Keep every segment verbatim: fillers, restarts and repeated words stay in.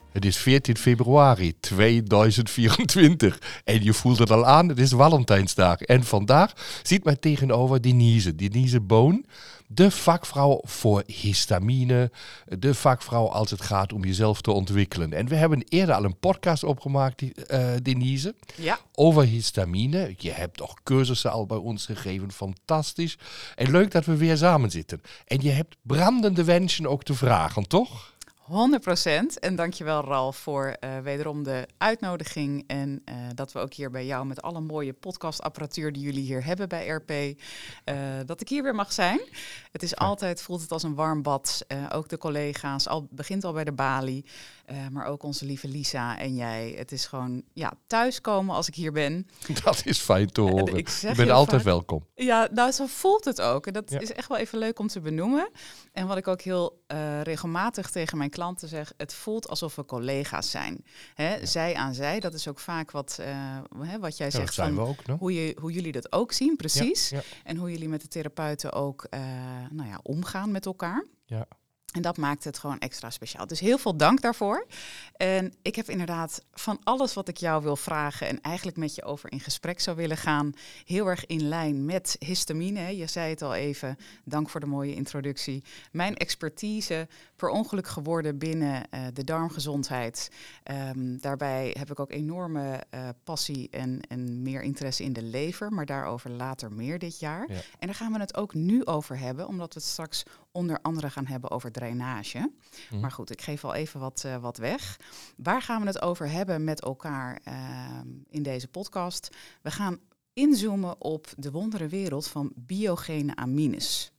Het is veertien februari tweeduizend vierentwintig en je voelt het al aan, het is Valentijnsdag. En vandaag ziet mij tegenover Denise, Denise Boon, de vakvrouw voor histamine, de vakvrouw als het gaat om jezelf te ontwikkelen. En we hebben eerder al een podcast opgemaakt, uh, Denise, ja. over histamine. Je hebt toch cursussen al bij ons gegeven, fantastisch. En leuk dat we weer samen zitten. En je hebt brandende wensen ook te vragen, toch? honderd procent. En dankjewel Ralf voor uh, wederom de uitnodiging. En uh, dat we ook hier bij jou met alle mooie podcastapparatuur die jullie hier hebben bij R P, uh, dat ik hier weer mag zijn. Het is altijd, voelt het als een warm bad. Uh, ook de collega's, al begint al bij de balie. Uh, maar ook onze lieve Lisa en jij. Het is gewoon ja, thuiskomen als ik hier ben. Dat is fijn te horen. Ik zeg je bent altijd vaak, welkom. Ja, nou zo voelt het ook. En dat ja. is echt wel even leuk om te benoemen. En wat ik ook heel uh, regelmatig tegen mijn klanten zeg, het voelt alsof we collega's zijn. Hè, ja. Zij aan zij, dat is ook vaak wat, uh, hè, wat jij ja, zegt. Dat zijn van we ook, no? hoe, je, hoe jullie dat ook zien, precies. Ja, ja. En hoe jullie met de therapeuten ook uh, nou ja, omgaan met elkaar. Ja. En dat maakt het gewoon extra speciaal. Dus heel veel dank daarvoor. En ik heb inderdaad van alles wat ik jou wil vragen en eigenlijk met je over in gesprek zou willen gaan, heel erg in lijn met histamine. Je zei het al even, dank voor de mooie introductie. Mijn expertise per ongeluk geworden binnen uh, de darmgezondheid. Um, daarbij heb ik ook enorme uh, passie en, en meer interesse in de lever, maar daarover later meer dit jaar. Ja. En daar gaan we het ook nu over hebben, omdat we het straks onder andere gaan hebben over drainage. Mm. Maar goed, ik geef al even wat, uh, wat weg. Waar gaan we het over hebben met elkaar uh, in deze podcast? We gaan inzoomen op de wonderenwereld van biogene amines.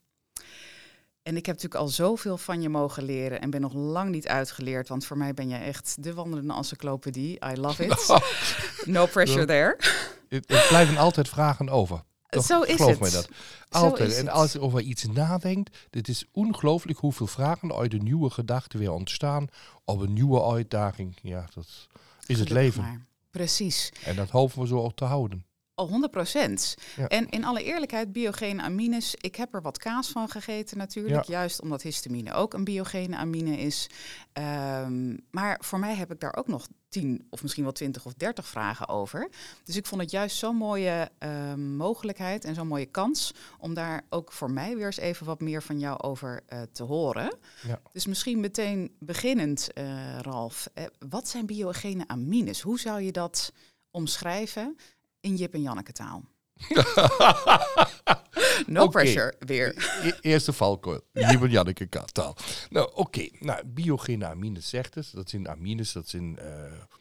En ik heb natuurlijk al zoveel van je mogen leren en ben nog lang niet uitgeleerd, want voor mij ben jij echt de wandelende encyclopedie. I love it. No pressure there. Er blijven altijd vragen over. Toch, Zo is geloof het. mij dat. Altijd. En het. als je over iets nadenkt, dit is ongelooflijk hoeveel vragen uit een nieuwe gedachte weer ontstaan op een nieuwe uitdaging. Ja, dat is Gelukkig het leven. Maar. Precies. En dat hopen we zo ook te houden. Al honderd procent. Ja. En in alle eerlijkheid, biogene amines, ik heb er wat kaas van gegeten natuurlijk. Ja. Juist omdat histamine ook een biogene amine is. Um, maar voor mij heb ik daar ook nog tien of misschien wel twintig of dertig vragen over. Dus ik vond het juist zo'n mooie uh, mogelijkheid en zo'n mooie kans om daar ook voor mij weer eens even wat meer van jou over uh, te horen. Ja. Dus misschien meteen beginnend, uh, Ralf. Uh, wat zijn biogene amines? Hoe zou je dat omschrijven in Jip en Janneke taal? No okay. pressure, weer. E- eerste valkuil, ja. Jip en Janneke taal. Nou, oké. Okay. Nou, biogene amines zegt het. Dat zijn amines, dat zijn uh,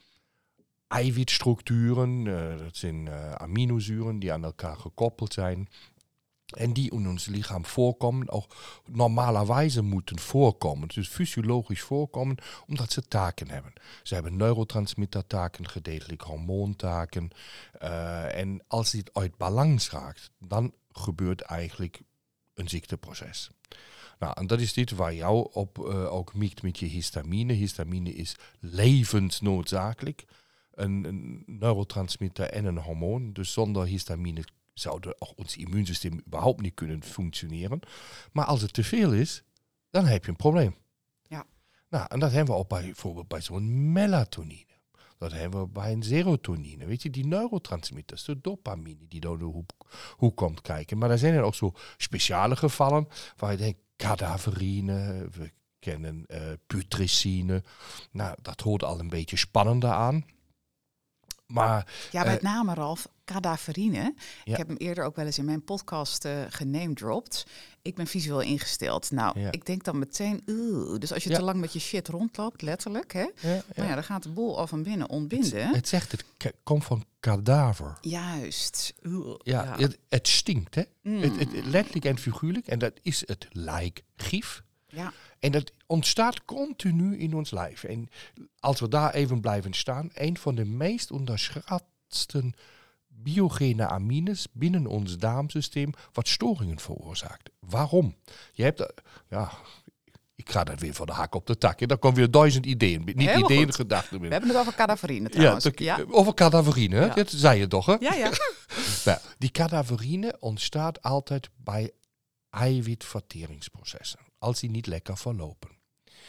eiwitstructuren. Uh, dat zijn uh, aminozuren die aan elkaar gekoppeld zijn. En die in ons lichaam voorkomen, ook normalerwijze moeten voorkomen. Dus fysiologisch voorkomen, omdat ze taken hebben. Ze hebben neurotransmittertaken, gedeeltelijk hormoontaken. Uh, en als dit uit balans raakt, dan gebeurt eigenlijk een ziekteproces. Nou, en dat is dit waar jou op uh, ook mikt met je histamine. Histamine is levensnoodzakelijk. Een, een neurotransmitter en een hormoon. Dus zonder histamine zou ook ons immuunsysteem überhaupt niet kunnen functioneren. Maar als het te veel is, dan heb je een probleem. Ja. Nou, en dat hebben we ook bij, bijvoorbeeld bij zo'n melatonine. Dat hebben we bij een serotonine. Weet je, die neurotransmitters, de dopamine, die door de hoek, hoek komt kijken. Maar er zijn er ook zo speciale gevallen waar je denkt, cadaverine, we kennen uh, putrescine. Nou, dat hoort al een beetje spannender aan. Maar, ja, met uh, name, Ralf, cadaverine. Ja. Ik heb hem eerder ook wel eens in mijn podcast uh, genamedropt. Ik ben visueel ingesteld. Nou, ja. ik denk dan meteen, uh, dus als je ja. te lang met je shit rondloopt, letterlijk, hè, ja, ja. Nou ja, dan gaat de boel al van binnen ontbinden. Het, het zegt, het k- komt van kadaver. Juist. Uh, ja, ja. Het, het stinkt, hè. Mm. Het, het, letterlijk en figuurlijk. En dat is het lijkgif. Ja. En dat ontstaat continu in ons lijf. En als we daar even blijven staan, een van de meest onderschatste biogene amines binnen ons darmsysteem wat storingen veroorzaakt. Waarom? Je hebt, uh, ja, ik ga dat weer van de hak op de tak. Dan komen weer duizend ideeën. Niet Helemaal ideeën, goed. gedachten. We hebben het over cadaverine trouwens. Ja, de, ja. Over cadaverine, ja. Dat zei je toch, hè? Ja, ja. Nou, die cadaverine ontstaat altijd bij eiwitverteringsprocessen, als die niet lekker verlopen.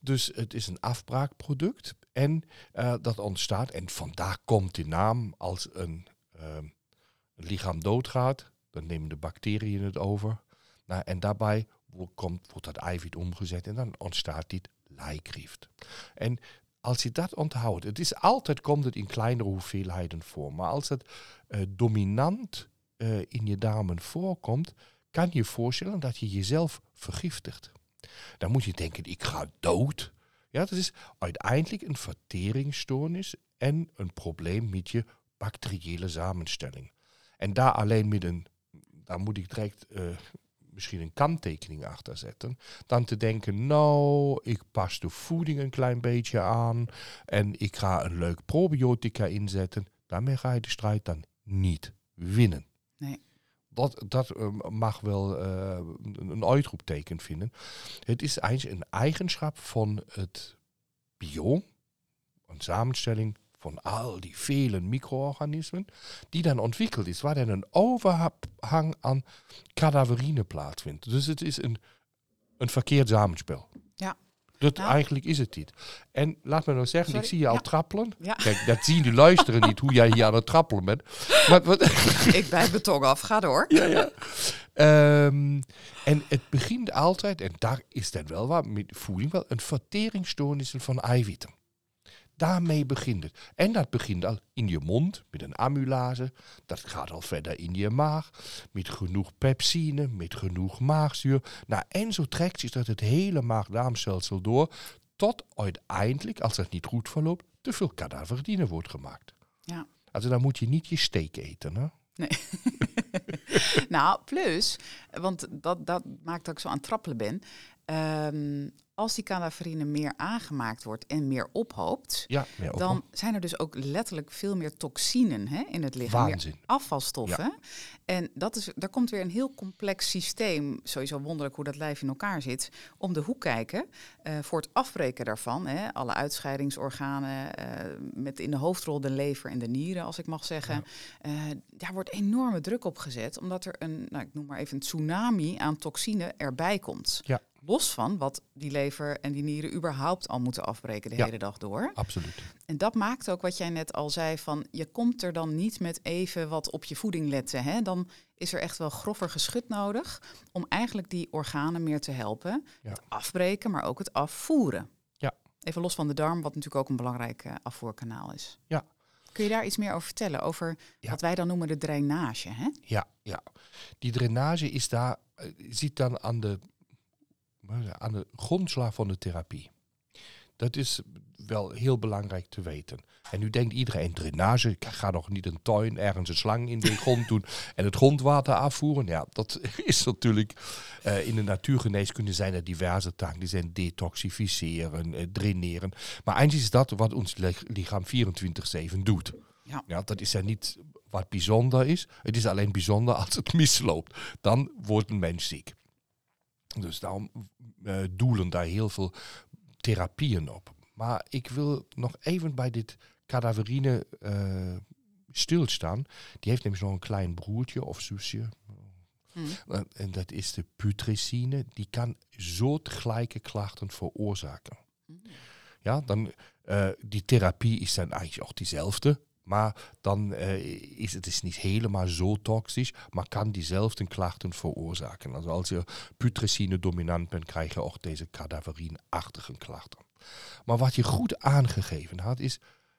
Dus het is een afbraakproduct. En uh, dat ontstaat, en vandaar komt die naam, als een, uh, een lichaam doodgaat, dan nemen de bacteriën het over. Nou, en daarbij wordt, komt, wordt dat eiwit omgezet en dan ontstaat dit lijkgift. En als je dat onthoudt, het is altijd, komt het in kleinere hoeveelheden voor, maar als het uh, dominant uh, in je darmen voorkomt, kan je je voorstellen dat je jezelf vergiftigt. Dan moet je denken, ik ga dood. Ja, dat is uiteindelijk een verteringsstoornis en een probleem met je bacteriële samenstelling. En daar alleen met een, daar moet ik direct uh, misschien een kanttekening achter zetten. Dan te denken, nou, ik pas de voeding een klein beetje aan en ik ga een leuk probiotica inzetten. Daarmee ga je de strijd dan niet winnen. Nee. Dat, dat uh, mag wel uh, een uitroepteken vinden. Het is eigenlijk een eigenschap van het bioom, een samenstelling van al die vele micro-organismen, die dan ontwikkeld is, waar dan een overhang aan cadaverine plaatsvindt. Dus het is een, een verkeerd samenspel. Ja. Dat, nou. Eigenlijk is het dit. En laat me nou zeggen, Sorry. ik zie je al ja. trappelen. Ja. Kijk, dat zien de luisteren niet, hoe jij hier aan het trappelen bent. Maar, wat ik bijt mijn tong af, ga door. Ja, ja. Um, en het begint altijd, en daar is dan wel wat met voeding, wel een verteringsstoornis van eiwitten. Daarmee begint het. En dat begint al in je mond, met een amylase. Dat gaat al verder in je maag, met genoeg pepsine, met genoeg maagzuur. Nou, en zo trekt zich dat het hele maag-darmstelsel door, tot uiteindelijk, als het niet goed verloopt, te veel cadaverine wordt gemaakt. Ja. Also dan moet je niet je steak eten, hè? Nee. Nou, plus, want dat, dat maakt dat ik zo aan het trappelen ben. Um, als die cadaverine meer aangemaakt wordt en meer ophoopt, ja, meer dan ophoopt. zijn er dus ook letterlijk veel meer toxinen hè, in het lichaam. Waanzin. Meer afvalstoffen. Ja. En dat is, daar komt weer een heel complex systeem, sowieso wonderlijk hoe dat lijf in elkaar zit, om de hoek kijken. Uh, voor het afbreken daarvan, hè, alle uitscheidingsorganen, uh, met in de hoofdrol de lever en de nieren, als ik mag zeggen. Ja. Uh, daar wordt enorme druk op gezet, omdat er een, nou, ik noem maar even een tsunami aan toxine erbij komt. Ja. Los van wat die lever en die nieren überhaupt al moeten afbreken de ja, hele dag door. Absoluut. En dat maakt ook wat jij net al zei van, je komt er dan niet met even wat op je voeding letten. Hè? Dan is er echt wel grover geschut nodig om eigenlijk die organen meer te helpen. Ja. Het afbreken, maar ook het afvoeren. Ja. Even los van de darm, wat natuurlijk ook een belangrijk uh, afvoerkanaal is. Ja. Kun je daar iets meer over vertellen? Over ja. wat wij dan noemen de drainage, hè? Ja, ja. Die drainage is daar, uh, zit dan aan de... aan de grondslag van de therapie. Dat is wel heel belangrijk te weten. En nu denkt iedereen, drainage, ik ga nog niet een tuin, ergens een slang in de grond doen en het grondwater afvoeren. Ja, dat is natuurlijk, uh, in de natuurgeneeskunde zijn er diverse taken. Die zijn detoxificeren, uh, draineren. Maar eigenlijk is dat wat ons lichaam vierentwintig zeven doet. Ja. Ja, dat is ja niet wat bijzonder is. Het is alleen bijzonder als het misloopt. Dan wordt een mens ziek. Dus daarom uh, doelen daar heel veel therapieën op. Maar ik wil nog even bij dit cadaverine uh, stilstaan. Die heeft namelijk nog een klein broertje of zusje. Mm. Uh, en dat is de putrescine. Die kan soortgelijke klachten veroorzaken. Mm. Ja, dan, uh, die therapie is dan eigenlijk ook diezelfde. Maar dan uh, is het is niet helemaal zo toxisch, maar kan diezelfde klachten veroorzaken. Also als je putrescine dominant bent, krijg je ook deze cadaverine-achtige klachten. Maar wat je goed aangegeven had, is,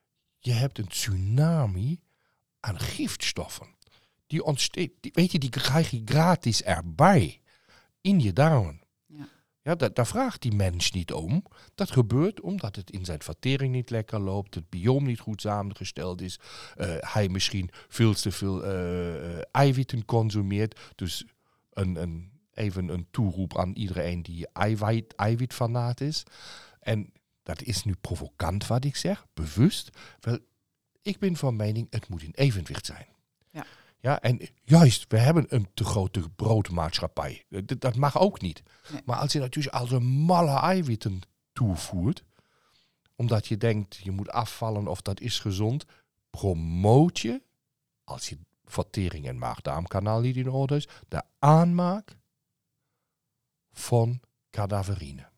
je hebt een tsunami aan giftstoffen. Die ontsteekt, die, weet je, die krijg je gratis erbij in je darmen. Ja. Ja, da, daar vraagt die mens niet om. Dat gebeurt omdat het in zijn vertering niet lekker loopt, het bioom niet goed samengesteld is, uh, hij misschien veel te veel uh, eiwitten consumeert. Dus een, een, even een toeroep aan iedereen die eiwit, eiwitfanaat is. En dat is nu provocant wat ik zeg, bewust. Wel, ik ben van mening, het moet in evenwicht zijn. Ja. Ja, en juist, we hebben een te grote broodmaatschappij. Dat, dat mag ook niet. Nee. Maar als je natuurlijk als een malle eiwitten toevoert, omdat je denkt, je moet afvallen of dat is gezond, promoot je, als je vertering en maag-darmkanaal niet in orde is, de aanmaak van cadaverine.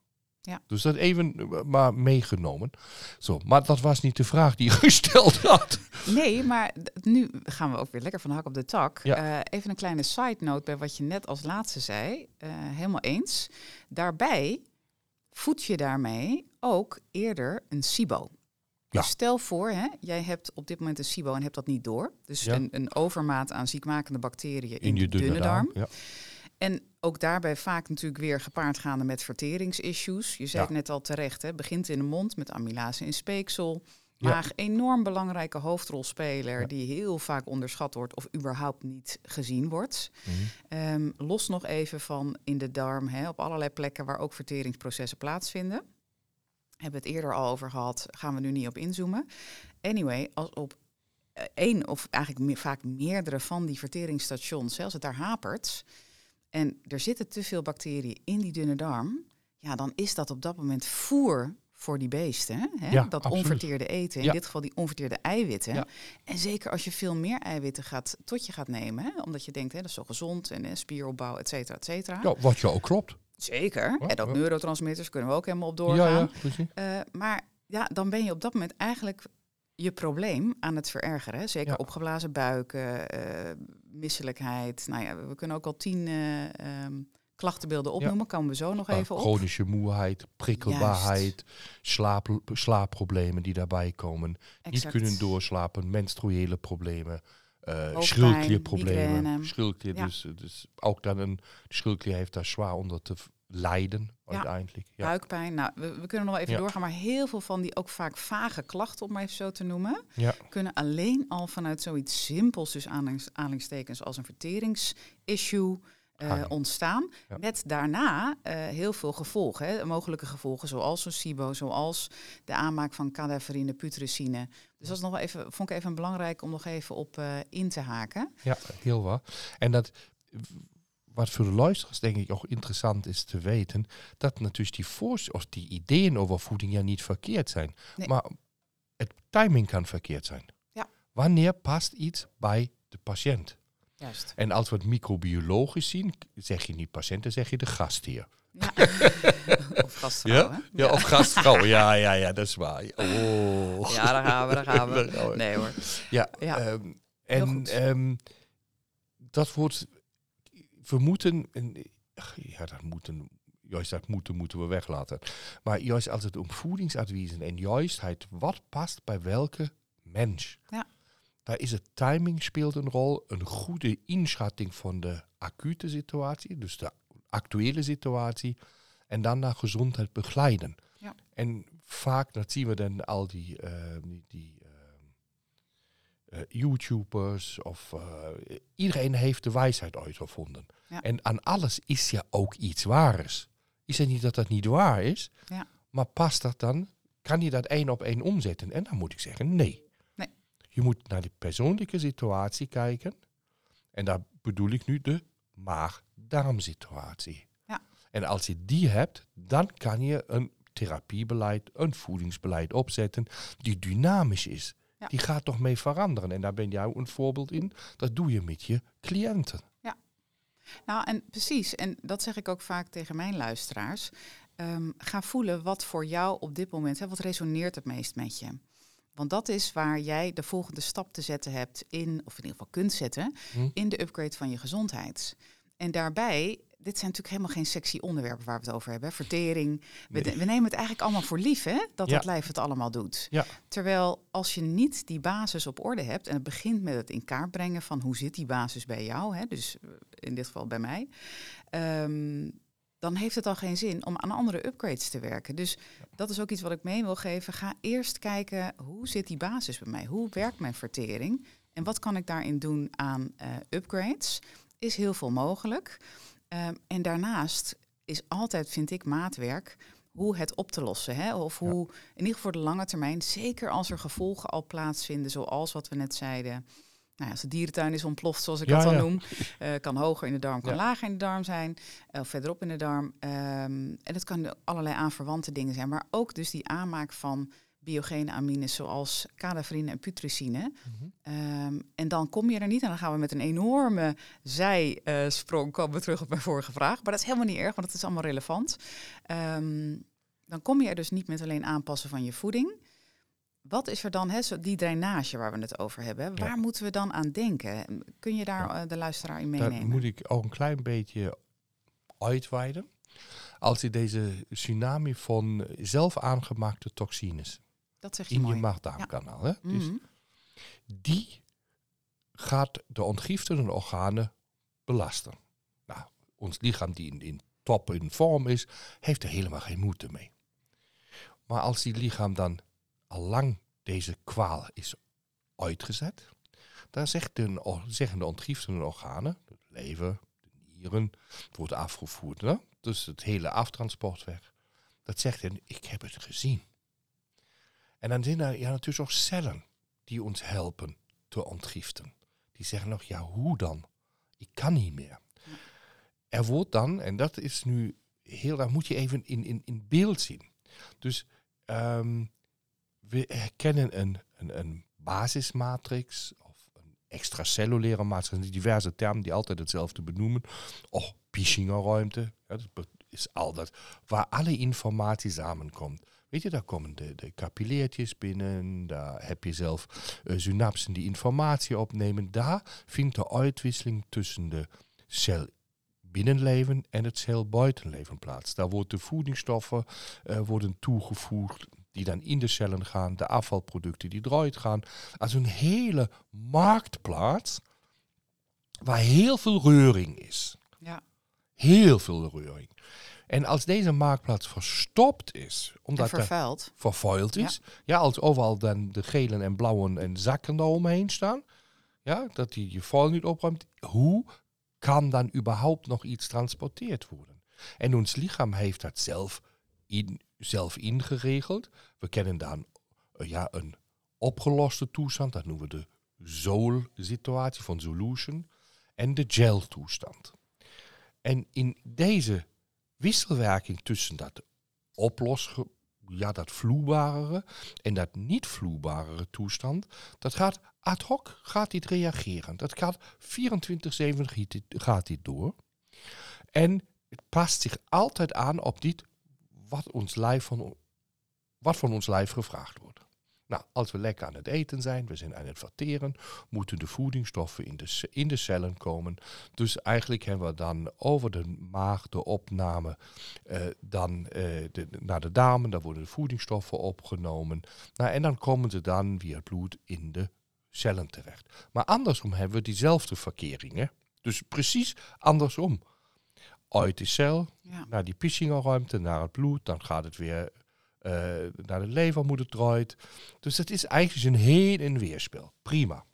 Ja. Dus dat even maar meegenomen. Zo, maar dat was niet de vraag die je gesteld had. Nee, maar d- nu gaan we ook weer lekker van de hak op de tak. Ja. Uh, even een kleine side note bij wat je net als laatste zei. Uh, helemaal eens. Daarbij voed je daarmee ook eerder een SIBO. Ja. Dus stel voor, hè, jij hebt op dit moment een SIBO en hebt dat niet door. Dus Ja. een, een overmaat aan ziekmakende bacteriën in, In je de dunne, dunne darm. darm. Ja. En ook daarbij vaak natuurlijk weer gepaard gaande met verteringsissues. Je zei Ja. het net al terecht, hè, begint in de mond met amylase in speeksel. Ja. Maag, enorm belangrijke hoofdrolspeler Ja. die heel vaak onderschat wordt of überhaupt niet gezien wordt. Mhm. Um, los nog even van in de darm, hè, op allerlei plekken waar ook verteringsprocessen plaatsvinden. Hebben we het eerder al over gehad, gaan we nu niet op inzoomen. Anyway, als op uh, één of eigenlijk me- vaak meerdere van die verteringsstations, hè, als het daar hapert en er zitten te veel bacteriën in die dunne darm, ja, dan is dat op dat moment voer voor die beesten. Hè? Ja, dat absoluut. onverteerde eten, in Ja. dit geval die onverteerde eiwitten. Ja. En zeker als je veel meer eiwitten gaat, tot je gaat nemen, hè? Omdat je denkt, hè, dat is zo gezond en hè, spieropbouw, et cetera, et cetera. Ja, wat je ook klopt. Zeker. Ja, en ook ja. neurotransmitters kunnen we ook helemaal op doorgaan. Ja, ja, precies. Uh, maar ja, dan ben je op dat moment eigenlijk je probleem aan het verergeren. Hè? Zeker Ja. opgeblazen buiken, uh, misselijkheid. Nou ja, we kunnen ook al tien uh, um, klachtenbeelden opnoemen. Ja. Komen we zo nog Uh, even op. Chronische moeheid, prikkelbaarheid, slaap, slaapproblemen die daarbij komen. Exact. Niet kunnen doorslapen, menstruele problemen. Uh, schildklierproblemen. Schildklier, ja. dus, dus ook dan een schildklier heeft daar zwaar onder te lijden ja. uiteindelijk. Ja. Buikpijn. Nou, we, we kunnen nog wel even ja. doorgaan, maar heel veel van die ook vaak vage klachten, om maar even zo te noemen, ja. kunnen alleen al vanuit zoiets simpels, dus aanhalingstekens als een verteringsissue, Uh, ontstaan. Ja. Met daarna uh, heel veel gevolgen. Hè. Mogelijke gevolgen zoals een SIBO, zoals de aanmaak van cadaverine, putrescine. Dus dat is nog wel even, vond ik even belangrijk om nog even op uh, in te haken. Ja, heel waar. En dat, wat voor de luisteraars denk ik ook interessant is te weten, dat natuurlijk die, voor, of die ideeën over voeding ja niet verkeerd zijn. Nee. Maar het timing kan verkeerd zijn. Ja. Wanneer past iets bij de patiënt? Juist. En als we het microbiologisch zien, zeg je niet patiënt, dan zeg je de gastheer. Ja. Of gastvrouw, ja? Ja, ja, of gastvrouw. Ja, ja, ja, dat is waar. Oh. Ja, daar gaan we, daar gaan we. Daar gaan we. Nee hoor. Ja, ja. Um, en um, dat wordt, we moeten, ja, dat moeten, juist dat moeten, moeten we weglaten. Maar juist als het om voedingsadviezen en juistheid, wat past bij welke mens? Ja. Daar is het timing speelt een rol, een goede inschatting van de acute situatie, dus de actuele situatie, en dan naar gezondheid begeleiden. Ja. En vaak, dat zien we dan al die, uh, die, die uh, uh, YouTubers of uh, iedereen heeft de wijsheid uitgevonden. Ja. En aan alles is ja ook iets waars. Is het niet dat dat niet waar is, ja. maar past dat dan, kan je dat één op één omzetten? En dan moet ik zeggen, nee. Je moet naar de persoonlijke situatie kijken. En daar bedoel ik nu de maag-darm-situatie. Ja. En als je die hebt, dan kan je een therapiebeleid, een voedingsbeleid opzetten die dynamisch is. Ja. Die gaat toch mee veranderen. En daar ben jij een voorbeeld in. Dat doe je met je cliënten. Ja, nou en precies. En dat zeg ik ook vaak tegen mijn luisteraars. Um, ga voelen wat voor jou op dit moment, hè, wat resoneert het meest met je. Want dat is waar jij de volgende stap te zetten hebt in, of in ieder geval kunt zetten, hm. in de upgrade van je gezondheid. En daarbij, dit zijn natuurlijk helemaal geen sexy onderwerpen waar we het over hebben. Hè? Vertering. Nee. We, we nemen het eigenlijk allemaal voor lief, hè? Dat ja. het lijf het allemaal doet. Ja. Terwijl als je niet die basis op orde hebt, en het begint met het in kaart brengen van hoe zit die basis bij jou, hè? Dus in dit geval bij mij, um, dan heeft het al geen zin om aan andere upgrades te werken. Dus dat is ook iets wat ik mee wil geven. Ga eerst kijken, hoe zit die basis bij mij? Hoe werkt mijn vertering? En wat kan ik daarin doen aan uh, upgrades? Is heel veel mogelijk. Uh, en daarnaast is altijd, vind ik, maatwerk hoe het op te lossen. Hè? Of hoe, ja. in ieder geval voor de lange termijn, zeker als er gevolgen al plaatsvinden, zoals wat we net zeiden. Nou, als de dierentuin is ontploft, zoals ik ja, dat dan ja. noem. Uh, kan hoger in de darm, kan ja. lager in de darm zijn. Uh, of verderop in de darm. Um, en het kan allerlei aanverwante dingen zijn. Maar ook dus die aanmaak van biogene amines zoals cadaverine en putrescine. Mm-hmm. Um, en dan kom je er niet. En dan gaan we met een enorme zijsprong uh, komen we terug op mijn vorige vraag. Maar dat is helemaal niet erg, want het is allemaal relevant. Um, Dan kom je er dus niet met alleen aanpassen van je voeding. Wat is er dan, hè, zo die drainage waar we het over hebben? Hè? Waar Ja. moeten we dan aan denken? Kun je daar Ja. uh, de luisteraar in Daar meenemen? moet ik ook een klein beetje uitweiden. Als je deze tsunami van zelf aangemaakte toxines Dat zeg je in mooi. je maag-darmkanaal, ja. Mm-hmm. Dus die gaat de ontgiftende organen belasten. Nou, ons lichaam die in, in top in vorm is, heeft er helemaal geen moeite mee. Maar als die lichaam dan al lang deze kwaal is uitgezet, dan zegt de, zeggen de ontgiftende organen, de lever, de nieren, het wordt afgevoerd, hè? Dus het hele aftransport weg. Dat zegt hen, ik heb het gezien. En dan zijn er ja, natuurlijk ook cellen die ons helpen te ontgiften. Die zeggen nog, ja, hoe dan? Ik kan niet meer. Ja. Er wordt dan, en dat is nu heel, dat moet je even in, in, in beeld zien. Dus um, we herkennen een, een, een basismatrix of een extracellulaire matrix, diverse termen die altijd hetzelfde benoemen. Of Pischinger-ruimte, ja, dat is al dat, waar alle informatie samenkomt. Weet je, daar komen de, de capilleertjes binnen, daar heb je zelf uh, synapsen die informatie opnemen. Daar vindt de uitwisseling tussen de cel binnenleven en het cel buitenleven plaats. Daar worden de voedingsstoffen uh, worden toegevoegd die dan in de cellen gaan, de afvalproducten die eruit gaan. Also een hele marktplaats waar heel veel reuring is. Ja. Heel veel reuring. En als deze marktplaats verstopt is, omdat en vervuild. er vervuild is, ja. ja, als overal dan de gele en blauwe en zakken daaromheen staan, ja, dat die je vuil niet opruimt, hoe kan dan überhaupt nog iets transporteerd worden? En ons lichaam heeft dat zelf, in, zelf ingeregeld. We kennen dan uh, ja, een opgeloste toestand, dat noemen we de Sol-situatie van solution, en de gel-toestand. En in deze wisselwerking tussen dat oplos, ja, dat vloeibarere en dat niet vloeibarere toestand, dat gaat ad hoc gaat dit reageren. Dat gaat vierentwintig zeven gaat dit door. En het past zich altijd aan op dit wat, ons lijf van, wat van ons lijf gevraagd wordt. Nou, als we lekker aan het eten zijn, we zijn aan het verteren, moeten de voedingsstoffen in de, in de cellen komen. Dus eigenlijk hebben we dan over de maag de opname uh, dan, uh, de, naar de darmen, daar worden de voedingsstoffen opgenomen. Nou, en dan komen ze dan via het bloed in de cellen terecht. Maar andersom hebben we diezelfde verkeringen. Dus precies andersom. Uit de cel, ja. naar die Pischinger-ruimte, naar het bloed, dan gaat het weer Uh, naar de lever moet het eruit. Dus dat is eigenlijk een heen- en weerspel. Prima.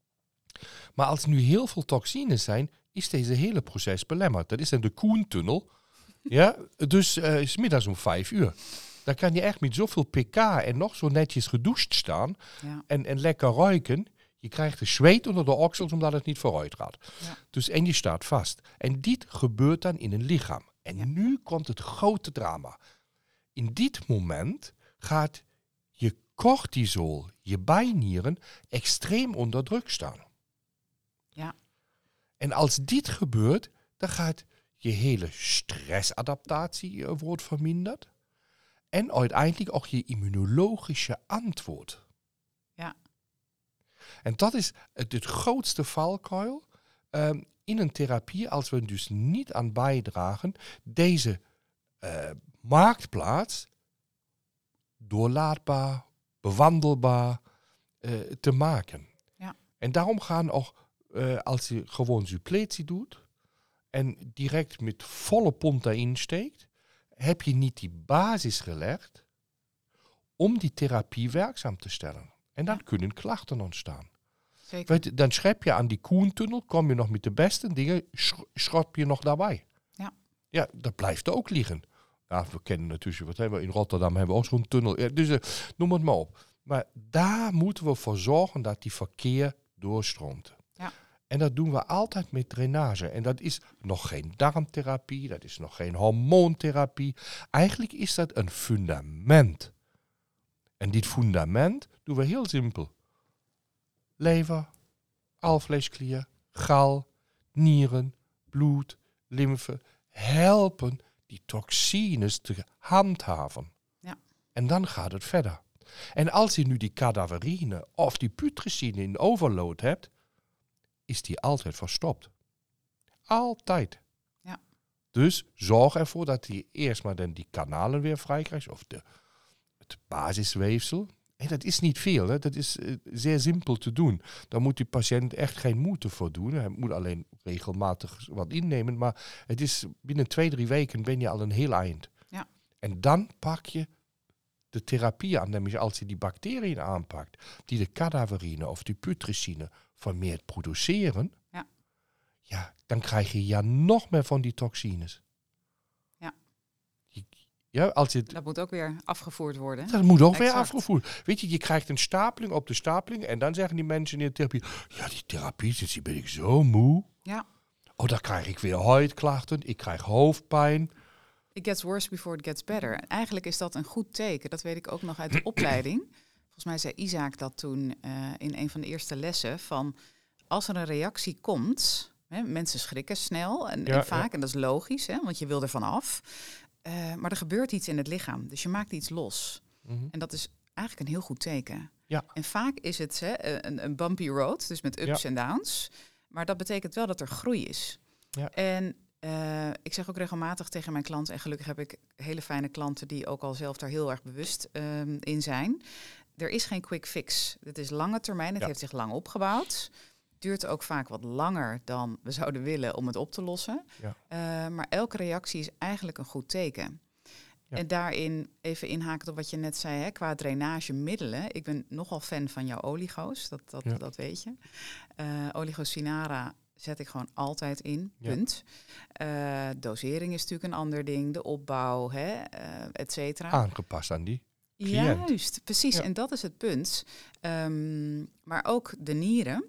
Maar als nu heel veel toxines zijn, is deze hele proces belemmerd. Dat is dan de Koentunnel. Ja, dus uh, is middags om vijf uur. Dan kan je echt met zoveel pk en nog zo netjes gedoucht staan ja. en, en lekker ruiken. Je krijgt de zweet onder de oksels omdat het niet vooruit gaat. Ja. Dus, en je staat vast. En dit gebeurt dan in een lichaam. En ja. nu komt het grote drama. In dit moment gaat je cortisol, je bijnieren, extreem onder druk staan. Ja. En als dit gebeurt, dan gaat je hele stressadaptatie uh, wordt verminderd. En uiteindelijk ook je immunologische antwoord. Ja. En dat is het, het grootste valkuil um, in een therapie, als we dus niet aan bijdragen, deze uh, marktplaats doorlaatbaar, bewandelbaar uh, te maken. Ja. En daarom gaan ook, uh, als je gewoon suppletie doet en direct met volle pond daarin steekt, heb je niet die basis gelegd om die therapie werkzaam te stellen. En dan ja. kunnen klachten ontstaan. Zeker. Weet, dan schep je aan die Koentunnel, kom je nog met de beste dingen, sch- schrap je nog daarbij. Ja. Ja, dat blijft ook liggen. Ja, we kennen natuurlijk, wat hebben we in Rotterdam, hebben we ook zo'n tunnel. Ja, dus uh, noem het maar op. Maar daar moeten we voor zorgen dat die verkeer doorstroomt. Ja. En dat doen we altijd met drainage. En dat is nog geen darmtherapie, dat is nog geen hormoontherapie. Eigenlijk is dat een fundament. En dit fundament doen we heel simpel. Lever, alvleesklier, gal, nieren, bloed, lymfe helpen die toxines te handhaven. En dan gaat het verder. En als je nu die cadaverine of die putrescine in overload hebt, is die altijd verstopt. Altijd. Ja. Dus zorg ervoor dat je eerst maar dan die kanalen weer vrij krijgt. Of de, het basisweefsel. En dat is niet veel. Hè? Dat is uh, zeer simpel te doen. Daar moet die patiënt echt geen moeite voor doen. Hij moet alleen regelmatig wat innemen. Maar het is binnen twee, drie weken ben je al een heel eind. Ja. En dan pak je de therapie aan. Namelijk als je die bacteriën aanpakt. Die de cadaverine of die putrescine vermeerd produceren. Ja. Ja, dan krijg je ja nog meer van die toxines. Ja. Ja, als je Dat moet ook weer afgevoerd worden. Dat moet ook Exact. weer afgevoerd. Weet je, je krijgt een stapeling op de stapeling. En dan zeggen die mensen in de therapie. Ja, die therapie, die ben ik zo moe. Ja. Oh, dan krijg ik weer huidklachten. Ik krijg hoofdpijn. It gets worse before it gets better. En eigenlijk is dat een goed teken. Dat weet ik ook nog uit de opleiding. Volgens mij zei Isaac dat toen uh, in een van de eerste lessen. Van als er een reactie komt. Hè, mensen schrikken snel en, Ja, en vaak. ja. En dat is logisch, hè, want je wil er vanaf. Uh, maar er gebeurt iets in het lichaam. Dus je maakt iets los. Mm-hmm. En dat is eigenlijk een heel goed teken. Ja. En vaak is het hè, een, een bumpy road. Dus met ups Ja. en downs. Maar dat betekent wel dat er groei is. Ja. En uh, ik zeg ook regelmatig tegen mijn klanten, en gelukkig heb ik hele fijne klanten die ook al zelf daar heel erg bewust um, in zijn. Er is geen quick fix. Het is lange termijn, het Ja. heeft zich lang opgebouwd. Duurt ook vaak wat langer dan we zouden willen om het op te lossen. Ja. Uh, maar elke reactie is eigenlijk een goed teken. Ja. En daarin even inhaken op wat je net zei, hè, qua drainagemiddelen. Ik ben nogal fan van jouw oligo's, dat, dat, Ja. dat weet je. Uh, Oligosinara zet ik gewoon altijd in, Ja. punt. Uh, dosering is natuurlijk een ander ding, de opbouw, hè, uh, et cetera. Aangepast aan die cliënt. Juist, precies. Ja. En dat is het punt. Um, maar ook de nieren,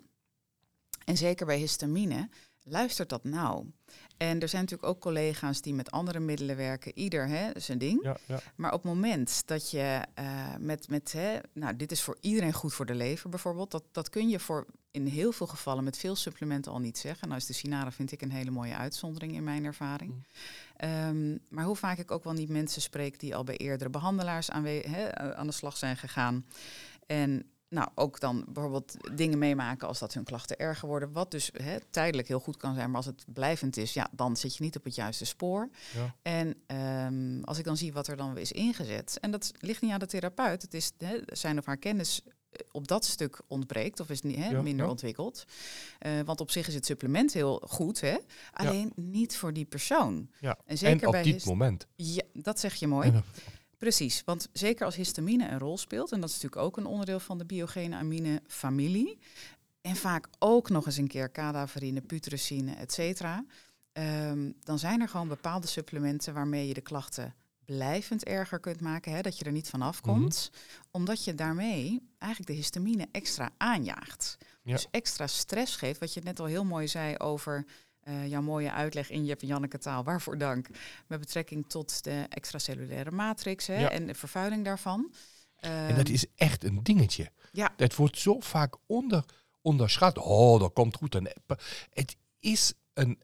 en zeker bij histamine, luistert dat nauw. En er zijn natuurlijk ook collega's die met andere middelen werken. Ieder hè, zijn ding. Ja, ja. Maar op het moment dat je uh, met... met hè, nou, dit is voor iedereen goed voor de lever bijvoorbeeld. Dat, dat kun je voor in heel veel gevallen met veel supplementen al niet zeggen. Nou is de Sinara vind ik een hele mooie uitzondering in mijn ervaring. Mm. Um, maar hoe vaak ik ook wel niet mensen spreek die al bij eerdere behandelaars aanwe- hè, aan de slag zijn gegaan. En... Nou, ook dan bijvoorbeeld dingen meemaken als dat hun klachten erger worden. Wat dus hè, tijdelijk heel goed kan zijn, maar als het blijvend is, ja, dan zit je niet op het juiste spoor. Ja. En um, als ik dan zie wat er dan is ingezet, en dat ligt niet aan de therapeut, het is hè, zijn of haar kennis op dat stuk ontbreekt of is niet, hè, ja, minder ja. ontwikkeld. Uh, want op zich is het supplement heel goed, hè? Alleen ja. niet voor die persoon. Ja. En, zeker en op bij dit hist- moment. Ja, dat zeg je mooi. En, Precies, want zeker als histamine een rol speelt, en dat is natuurlijk ook een onderdeel van de biogene amine familie, en vaak ook nog eens een keer cadaverine, putrescine, et cetera, um, dan zijn er gewoon bepaalde supplementen waarmee je de klachten blijvend erger kunt maken, hè, dat je er niet van afkomt, mm-hmm. omdat je daarmee eigenlijk de histamine extra aanjaagt. Ja. Dus extra stress geeft, wat je net al heel mooi zei over... Uh, jouw mooie uitleg in Jep en Janneke taal, waarvoor dank, met betrekking tot de extracellulaire matrix hè, ja. en de vervuiling daarvan. Um, en dat is echt een dingetje. Ja. Dat wordt zo vaak onder, onderschat. Oh, dat komt goed. En het is een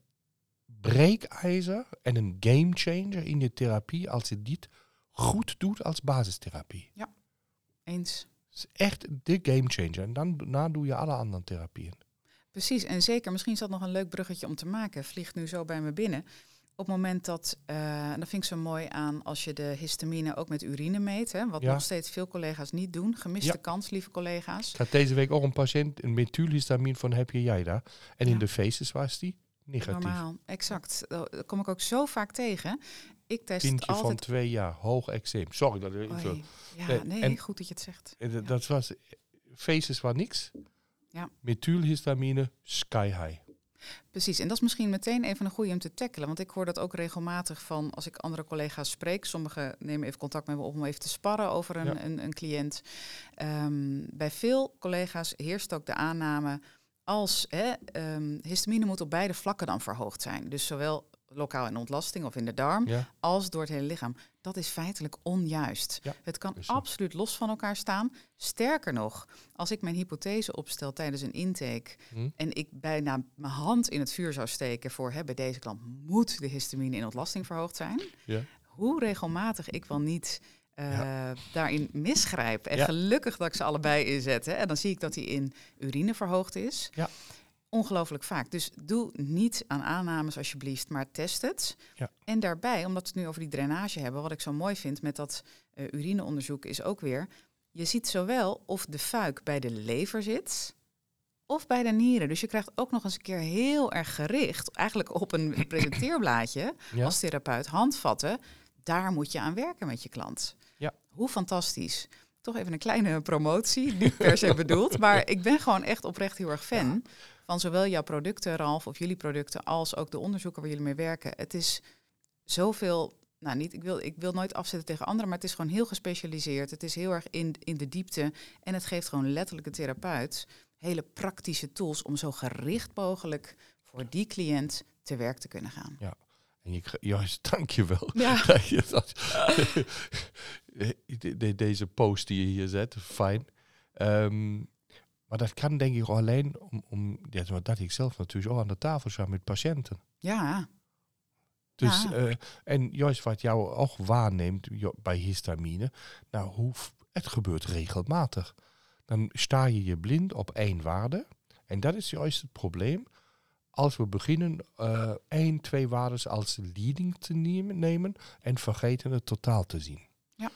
breekijzer en een gamechanger in je therapie als je dit goed doet als basistherapie. Ja, eens. Het is echt de gamechanger. En dan, daarna doe je alle andere therapieën. Precies, en zeker, misschien is dat nog een leuk bruggetje om te maken. Vliegt nu zo bij me binnen. Op het moment dat, uh, en dat vind ik zo mooi aan als je de histamine ook met urine meet, hè, wat ja. nog steeds veel collega's niet doen. Gemiste ja. kans, lieve collega's. Ik had deze week ook een patiënt, een methylhistamine van heb je jij daar. En ja. in de feces was die negatief. Normaal, exact. Dat kom ik ook zo vaak tegen. Ik test Kindje altijd... van twee jaar, hoog eczeem. Sorry dat ik invul. Ja, nee, nee, en, goed dat je het zegt. En, ja. Dat was, feces was niks. Ja. Methylhistamine, sky high. Precies, en dat is misschien meteen even een goeie om te tackelen. Want ik hoor dat ook regelmatig van als ik andere collega's spreek. Sommigen nemen even contact met me op om even te sparren over een, ja. een, een cliënt. Um, bij veel collega's heerst ook de aanname als hè, um, histamine moet op beide vlakken dan verhoogd zijn. Dus zowel lokaal in ontlasting of in de darm, ja. als door het hele lichaam. Dat is feitelijk onjuist. Ja, het kan absoluut los van elkaar staan. Sterker nog, als ik mijn hypothese opstel tijdens een intake... Hm. en ik bijna mijn hand in het vuur zou steken voor... Hè, bij deze klant moet de histamine in ontlasting verhoogd zijn. Ja. Hoe regelmatig ik wel niet uh, ja. daarin misgrijp. En ja. gelukkig dat ik ze allebei inzet. Hè. En dan zie ik dat die in urine verhoogd is. Ja. Ongelooflijk vaak. Dus doe niet aan aannames alsjeblieft, maar test het. Ja. En daarbij, omdat we het nu over die drainage hebben, wat ik zo mooi vind met dat uh, urineonderzoek is ook weer, je ziet zowel of de fuik bij de lever zit of bij de nieren. Dus je krijgt ook nog eens een keer heel erg gericht, eigenlijk op een presenteerblaadje, ja. als therapeut handvatten. Daar moet je aan werken met je klant. Ja. Hoe fantastisch. Toch even een kleine promotie, niet per se bedoeld, maar ik ben gewoon echt oprecht heel erg fan ja. van zowel jouw producten, Ralf, of jullie producten, als ook de onderzoeken waar jullie mee werken. Het is zoveel, nou niet, ik wil, ik wil nooit afzetten tegen anderen, maar het is gewoon heel gespecialiseerd. Het is heel erg in, in de diepte en het geeft gewoon letterlijk een therapeut hele praktische tools om zo gericht mogelijk voor die cliënt te werk te kunnen gaan. Ja. En ik, juist, dank je wel. Ja. de, de, deze post die je hier zet, fijn. Um, maar dat kan denk ik alleen om, om ja, dat ik zelf natuurlijk ook aan de tafel sta met patiënten. Ja. Dus, ja. Uh, en juist wat jou ook waarneemt bij histamine, nou, hoe, het gebeurt regelmatig. Dan sta je je blind op één waarde. En dat is juist het probleem. Als we beginnen uh, één, twee waarden als leading te nemen, nemen en vergeten het totaal te zien. Ja.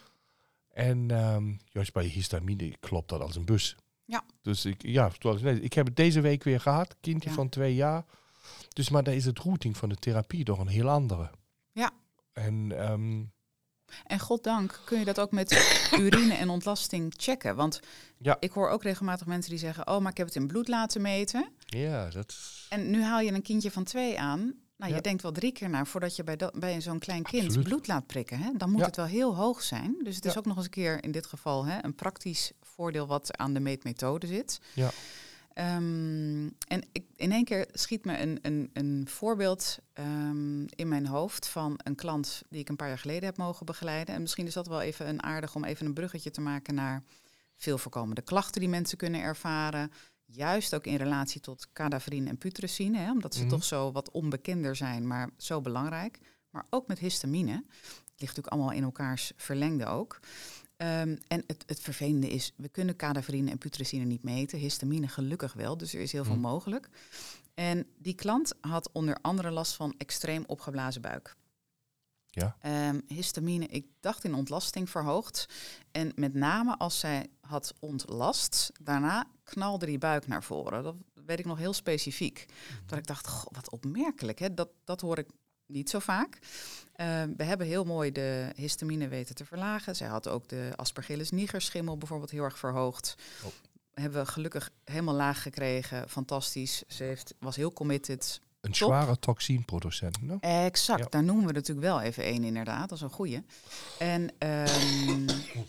En um, juist bij histamine klopt dat als een bus. Ja. Dus ik, ja, ik heb het deze week weer gehad, kindje ja. van twee jaar. Dus maar dan is het routing van de therapie toch een heel andere. Ja. En, um, en goddank kun je dat ook met urine en ontlasting checken. Want ja. ik hoor ook regelmatig mensen die zeggen, oh, maar ik heb het in bloed laten meten. Ja, dat is... En nu haal je een kindje van twee aan. Nou, ja. je denkt wel drie keer na voordat je bij, dat, bij zo'n klein kind Absoluut. bloed laat prikken. Hè? Dan moet ja. het wel heel hoog zijn. Dus het is ja. ook nog eens een keer in dit geval hè, een praktisch voordeel wat aan de meetmethode zit. Ja. Um, en ik, in één keer schiet me een, een, een voorbeeld um, in mijn hoofd van een klant die ik een paar jaar geleden heb mogen begeleiden. En misschien is dat wel even een aardig om even een bruggetje te maken naar veel voorkomende klachten die mensen kunnen ervaren. Juist ook in relatie tot cadaverine en putrescine, hè, omdat ze mm-hmm. toch zo wat onbekender zijn, maar zo belangrijk. Maar ook met histamine. Het ligt natuurlijk allemaal in elkaars verlengde ook. Um, en het, het vervelende is, we kunnen cadaverine en putrescine niet meten. Histamine gelukkig wel, dus er is heel veel mm. mogelijk. En die klant had onder andere last van extreem opgeblazen buik. Ja. Um, histamine, ik dacht in ontlasting verhoogd. En met name als zij had ontlast, daarna knalde die buik naar voren. Dat weet ik nog heel specifiek. Mm. Dat ik dacht, goh, wat opmerkelijk. Hè? Dat, dat hoor ik niet zo vaak. Uh, we hebben heel mooi de histamine weten te verlagen. Zij had ook de Aspergillus niger schimmel bijvoorbeeld heel erg verhoogd. Oh. Hebben we gelukkig helemaal laag gekregen. Fantastisch. Ze heeft, was heel committed. Een Top. zware toxinproducent, ne? Exact. Ja. Daar noemen we natuurlijk wel even één inderdaad. Dat is een goeie. En um,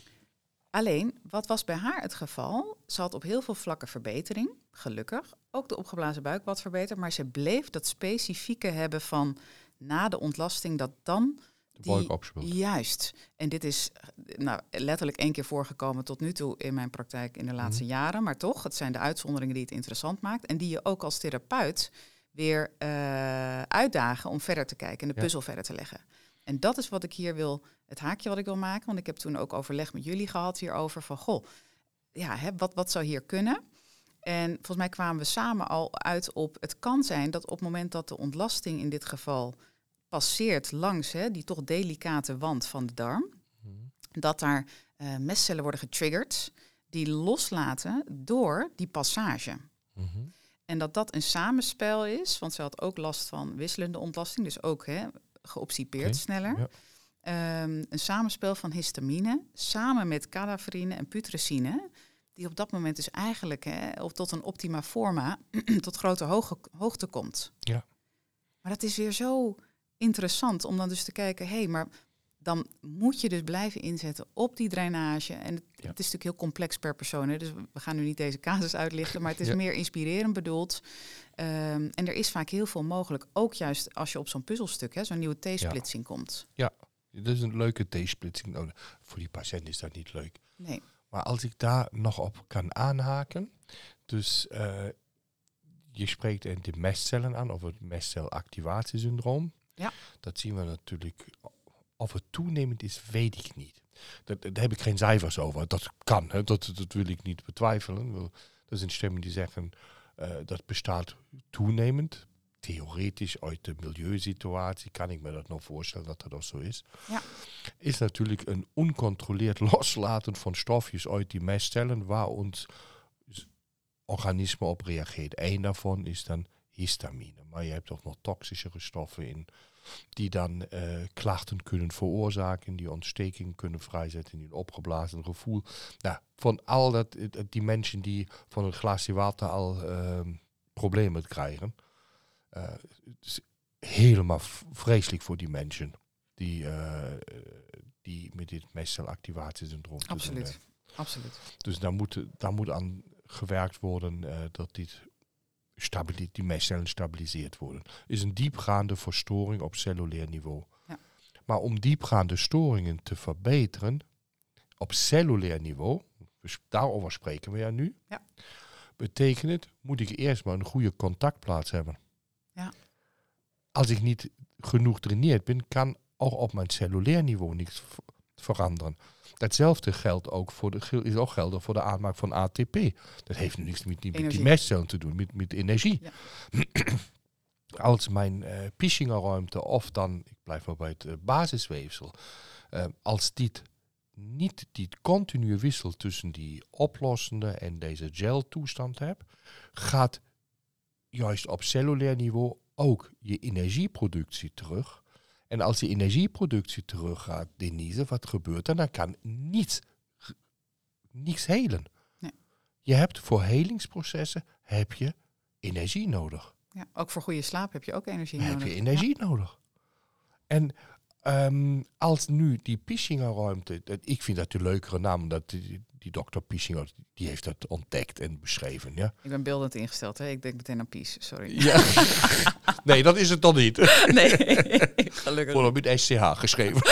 alleen, wat was bij haar het geval? Ze had op heel veel vlakken verbetering. Gelukkig. Ook de opgeblazen buik wat verbeterd. Maar ze bleef dat specifieke hebben van na de ontlasting dat dan die, juist. En dit is nou, letterlijk één keer voorgekomen tot nu toe in mijn praktijk in de laatste mm. jaren. Maar toch, het zijn de uitzonderingen die het interessant maakt. En die je ook als therapeut weer uh, uitdagen om verder te kijken en de ja. puzzel verder te leggen. En dat is wat ik hier wil, het haakje wat ik wil maken. Want ik heb toen ook overleg met jullie gehad hierover van, goh, ja, hè, wat, wat zou hier kunnen? En volgens mij kwamen we samen al uit op, het kan zijn dat op het moment dat de ontlasting in dit geval passeert langs hè, die toch delicate wand van de darm, mm-hmm. dat daar uh, mestcellen worden getriggerd die loslaten door die passage. Mm-hmm. En dat dat een samenspel is, want ze had ook last van wisselende ontlasting, dus ook hè, geobstipeerd okay. sneller. Ja. Um, een samenspel van histamine samen met cadaverine en putrescine, die op dat moment dus eigenlijk hè, of tot een optima forma tot grote hoog- hoogte komt. Ja. Maar dat is weer zo interessant om dan dus te kijken, hé, hey, maar dan moet je dus blijven inzetten op die drainage. En het, ja. het is natuurlijk heel complex per persoon, hè, dus we gaan nu niet deze casus uitlichten, maar het is ja. meer inspirerend bedoeld. Um, en er is vaak heel veel mogelijk, ook juist als je op zo'n puzzelstuk, hè, zo'n nieuwe T-splitsing ja. komt. Ja, dat is een leuke T-splitsing. Nou, voor die patiënt is dat niet leuk. Nee. Maar als ik daar nog op kan aanhaken, dus uh, je spreekt de mestcellen aan, of het mestcelactivatiesyndroom. Ja. Dat zien we natuurlijk. Of het toenemend is, weet ik niet. Dat, daar heb ik geen cijfers over. Dat kan, hè. Dat, dat wil ik niet betwijfelen. Er zijn stemmen die zeggen uh, dat bestaat toenemend. Theoretisch uit de milieusituatie kan ik me dat nog voorstellen dat dat ook zo is. Ja. Is natuurlijk een oncontroleerd loslaten van stofjes uit die mestcellen waar ons organisme op reageert. Eén daarvan is dan histamine. Maar je hebt ook nog toxischere stoffen in die dan uh, klachten kunnen veroorzaken, die ontsteking kunnen vrijzetten, die een opgeblazen gevoel. Nou, van al dat, die mensen die van een glaasje water al uh, problemen krijgen. Uh, het is helemaal vreselijk voor die mensen die, uh, die met dit mestcelactivatiesyndroom te Absoluut. doen hebben. Absoluut. Dus daar moet, daar moet aan gewerkt worden uh, dat dit Stabili- die mestcellen stabiliseerd worden. Is een diepgaande verstoring op cellulair niveau. Ja. Maar om diepgaande storingen te verbeteren op cellulair niveau, dus daarover spreken we ja nu, ja. betekent het, moet ik eerst maar een goede contactplaats hebben. Ja. Als ik niet genoeg traineerd ben, kan ook op mijn cellulair niveau niets v- veranderen. Datzelfde geldt ook voor de, is ook geldig voor de aanmaak van A T P. Dat heeft nu niks met die, met die mestcellen te doen, met, met energie. Ja. Als mijn uh, Pischinger-ruimte of dan, ik blijf maar bij het uh, basisweefsel, uh, als dit niet die continue wissel tussen die oplossende en deze gel-toestand hebt, gaat juist op cellulair niveau ook je energieproductie terug. En als die energieproductie teruggaat, Denise, wat gebeurt er? Dan kan niets, niets helen. Nee. Je hebt voor helingsprocessen heb je energie nodig. Ja, ook voor goede slaap heb je ook energie Dan nodig. heb je energie ja. nodig. En um, als nu die Pischinger-ruimte, ik vind dat de leukere naam, dat die, die dokter Pischinger, die heeft dat ontdekt en beschreven. Ja? Ik ben beeldend ingesteld, hè? Ik denk meteen aan Pies, sorry. Ja. Nee, dat is het dan niet. Nee, gelukkig. Wordt met S C H geschreven.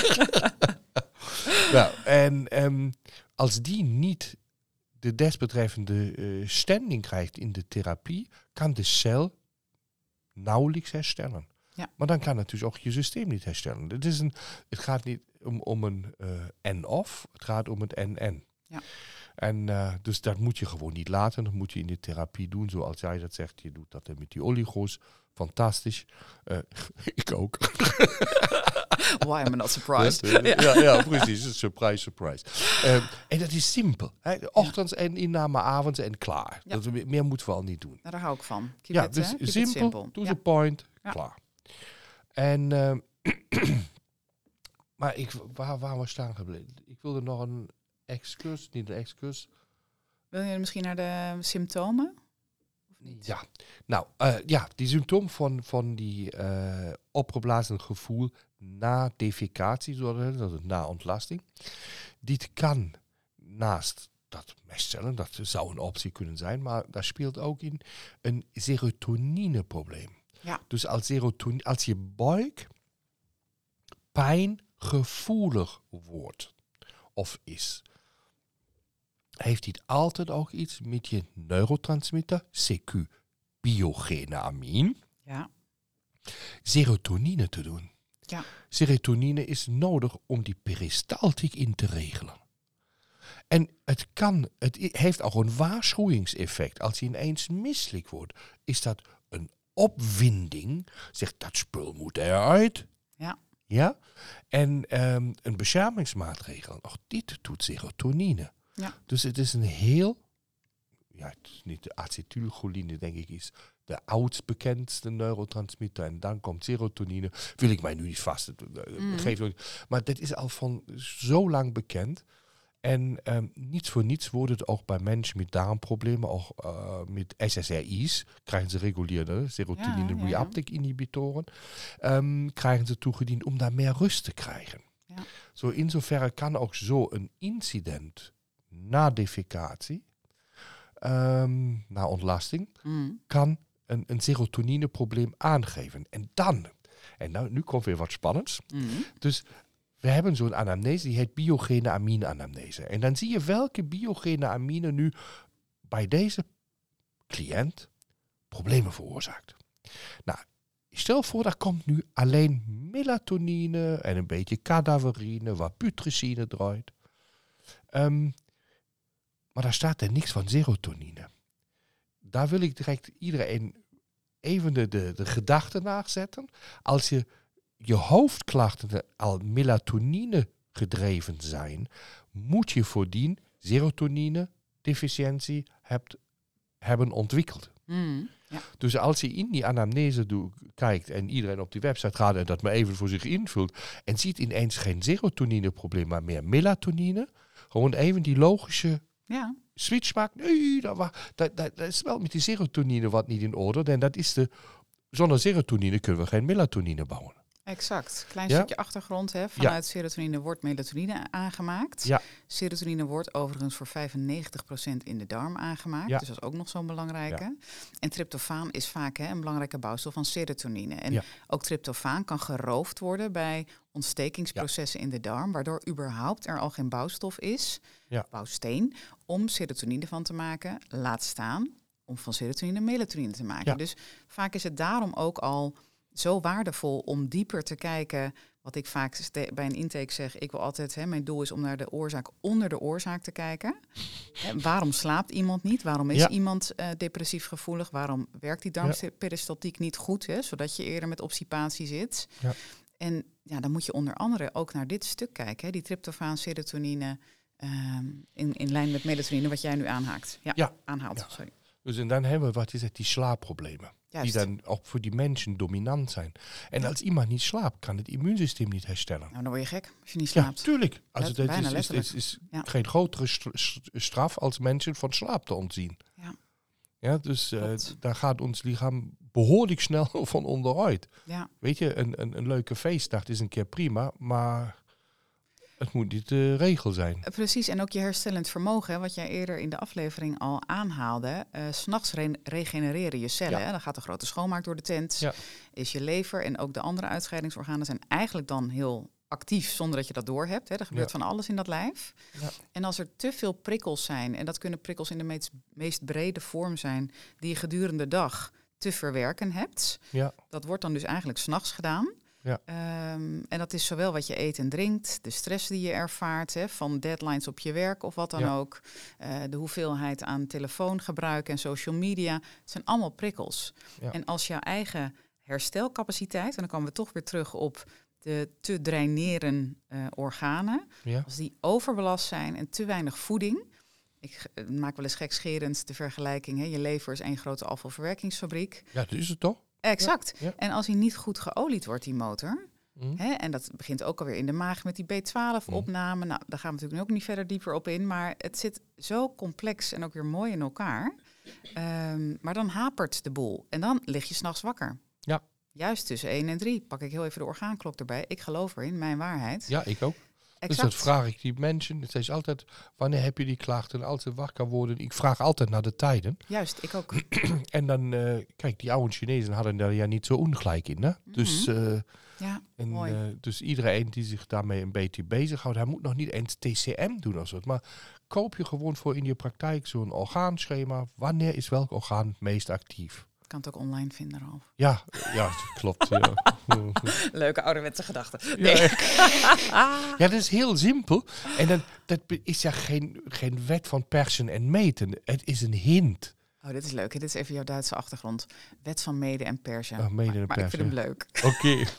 Nou, en um, als die niet de desbetreffende uh, standing krijgt in de therapie, kan de cel nauwelijks herstellen. Ja. Maar dan kan het dus ook je systeem niet herstellen. Het, is een, het gaat niet om, om een uh, en-of, het gaat om het en-en. Ja. En uh, dus dat moet je gewoon niet laten. Dat moet je in de therapie doen, zoals jij dat zegt. Je doet dat met die oligo's. Fantastisch. Uh, ik ook. Why am I not surprised? Ja, ja, ja, precies. Surprise, surprise. Uh, en dat is simpel. Hè. Ochtends ja. en inname, avonds en klaar. Ja. Dat, meer moeten we al niet doen. Nou, daar hou ik van. Keep ja, it, dus uh, keep simpel, it simple. to ja. the point, ja. klaar. En, uh, maar ik, waar, waar we staan gebleven? Ik wilde nog een excurs, niet een excurs. Wil je misschien naar de symptomen? Of niet? Ja, nou, uh, ja, die symptoom van, van die uh, opgeblazen gevoel na defecatie, zoals het na ontlasting. Dit kan naast dat mestcellen, dat zou een optie kunnen zijn, maar daar speelt ook in een serotonineprobleem. Ja. Dus als, serotonine, als je buik pijngevoelig wordt of is, heeft dit altijd ook iets met je neurotransmitter, C Q, biogene amine, ja. serotonine te doen. Ja. Serotonine is nodig om die peristaltiek in te regelen. En het kan, het heeft ook een waarschuwingseffect. Als je ineens misselijk wordt, is dat een opwinding. Zegt, dat spul moet eruit. Ja. Ja? En um, een beschermingsmaatregel, ook dit doet serotonine. Ja. Dus het is een heel, ja, het is niet de acetylcholine, denk ik, is de oudst bekendste neurotransmitter. En dan komt serotonine. Wil ik mij nu niet vast. Mm. Geef ook, maar dat is al van zo lang bekend. En um, niet voor niets wordt het ook bij mensen met darmproblemen, ook uh, met S S R I's, krijgen ze reguliere serotonine ja, ja, ja. reuptake inhibitoren, um, krijgen ze toegediend om daar meer rust te krijgen. Ja. Zo in zoverre kan ook zo een incident na defecatie, um, na ontlasting, mm. kan een, een serotonineprobleem aangeven. En dan, en nou, nu komt weer wat spannends. Mm. Dus we hebben zo'n anamnese, die heet biogene amine-anamnese. En dan zie je welke biogene amine nu bij deze cliënt problemen veroorzaakt. Nou, Stel voor, daar komt nu alleen melatonine en een beetje cadaverine, wat putrescine draait. Um, maar daar staat er niks van serotonine. Daar wil ik direct iedereen even de, de, de gedachte naar zetten. Als je je hoofdklachten al melatonine gedreven zijn, moet je voordien serotonine deficiëntie hebt, hebben ontwikkeld. Mm, ja. Dus als je in die anamnese doe, kijkt en iedereen op die website gaat en dat maar even voor zich invult en ziet ineens geen serotonine probleem, maar meer melatonine, gewoon even die logische ja. switch maakt. Nee, dat, was, dat, dat, dat is wel met die serotonine wat niet in orde. En dat is de, zonder serotonine kunnen we geen melatonine bouwen. Exact. Klein ja? stukje achtergrond. Hè. Vanuit ja. serotonine wordt melatonine aangemaakt. Ja. Serotonine wordt overigens voor vijfennegentig procent in de darm aangemaakt. Ja. Dus dat is ook nog zo'n belangrijke. Ja. En tryptofaan is vaak hè, een belangrijke bouwstof van serotonine. En ja. ook tryptofaan kan geroofd worden bij ontstekingsprocessen ja. in de darm, waardoor überhaupt er al geen bouwstof is, ja. bouwsteen, om serotonine van te maken. Laat staan om van serotonine melatonine te maken. Ja. Dus vaak is het daarom ook al zo waardevol om dieper te kijken. Wat ik vaak ste- bij een intake zeg, ik wil altijd, hè, mijn doel is om naar de oorzaak onder de oorzaak te kijken. Hè, waarom slaapt iemand niet? Waarom is ja. iemand uh, depressief gevoelig? Waarom werkt die darmperistaltiek niet goed? Hè, zodat je eerder met obstipatie zit. Ja. En ja, dan moet je onder andere ook naar dit stuk kijken. Hè, die tryptofaan, serotonine, um, in, in lijn met melatonine, wat jij nu aanhaakt. Ja, ja. aanhaalt. Ja. Sorry. Dus en dan hebben we wat is het, die slaapproblemen. Juist. Die dan ook voor die mensen dominant zijn. En ja. als iemand niet slaapt, kan het immuunsysteem niet herstellen. Nou, dan word je gek als je niet slaapt. Ja, tuurlijk. Also, dat is, is, is, is ja. geen grotere straf als mensen van slaap te ontzien. Ja, ja dus uh, daar gaat ons lichaam behoorlijk snel van onderuit. Ja. Weet je, een, een, een leuke feestdag is een keer prima, maar het moet niet de regel zijn. Precies, en ook je herstellend vermogen, wat jij eerder in de aflevering al aanhaalde. Uh, 's nachts re- regenereren je cellen. Ja. Hè? Dan gaat de grote schoonmaak door de tent. Ja. Is je lever en ook de andere uitscheidingsorganen zijn eigenlijk dan heel actief zonder dat je dat doorhebt. Hè? Er gebeurt ja. van alles in dat lijf. Ja. En als er te veel prikkels zijn, en dat kunnen prikkels in de meest, meest brede vorm zijn, die je gedurende de dag te verwerken hebt. Ja. Dat wordt dan dus eigenlijk 's nachts gedaan. Ja. Um, en dat is zowel wat je eet en drinkt, de stress die je ervaart, hè, van deadlines op je werk of wat dan ja. ook. Uh, de hoeveelheid aan telefoongebruik en social media. Het zijn allemaal prikkels. Ja. En als jouw eigen herstelcapaciteit, en dan komen we toch weer terug op de te draineren uh, organen. Ja. Als die overbelast zijn en te weinig voeding. Ik uh, maak wel eens gekscherend de vergelijking. Hè, je lever is één grote afvalverwerkingsfabriek. Ja, dat is het toch? Exact. Ja, ja. En als hij niet goed geolied wordt, die motor, mm. hè, en dat begint ook alweer in de maag met die B twaalf opname. Mm. Nou, daar gaan we natuurlijk ook niet verder dieper op in, maar het zit zo complex en ook weer mooi in elkaar. Um, maar dan hapert de boel en dan lig je 's nachts wakker. Ja. Juist tussen één en drie. Pak ik heel even de orgaanklok erbij. Ik geloof erin, mijn waarheid. Ja, ik ook. Exact. Dus dat vraag ik die mensen. Het is altijd, wanneer heb je die klachten? Als ze wakker worden. Ik vraag altijd naar de tijden. Juist, ik ook. En dan, uh, kijk, die oude Chinezen hadden daar ja niet zo ongelijk in. Hè? Mm-hmm. Dus, uh, ja, en, mooi. Uh, dus iedereen die zich daarmee een beetje bezighoudt, hij moet nog niet eens T C M doen of zo. Maar koop je gewoon voor in je praktijk zo'n orgaanschema. Wanneer is welk orgaan het meest actief? Ik kan het ook online vinden, Ralf. Ja, ja, klopt. Ja. Leuke ouderwetse gedachten. Nee. Ja, ja, dat is heel simpel. En dan, dat is ja geen, geen wet van persen en meten. Het is een hint. Oh, dit is leuk. Dit is even jouw Duitse achtergrond. Wet van mede en persen. Oh, mede en maar, maar persen. ik vind hem leuk. Oké. Okay.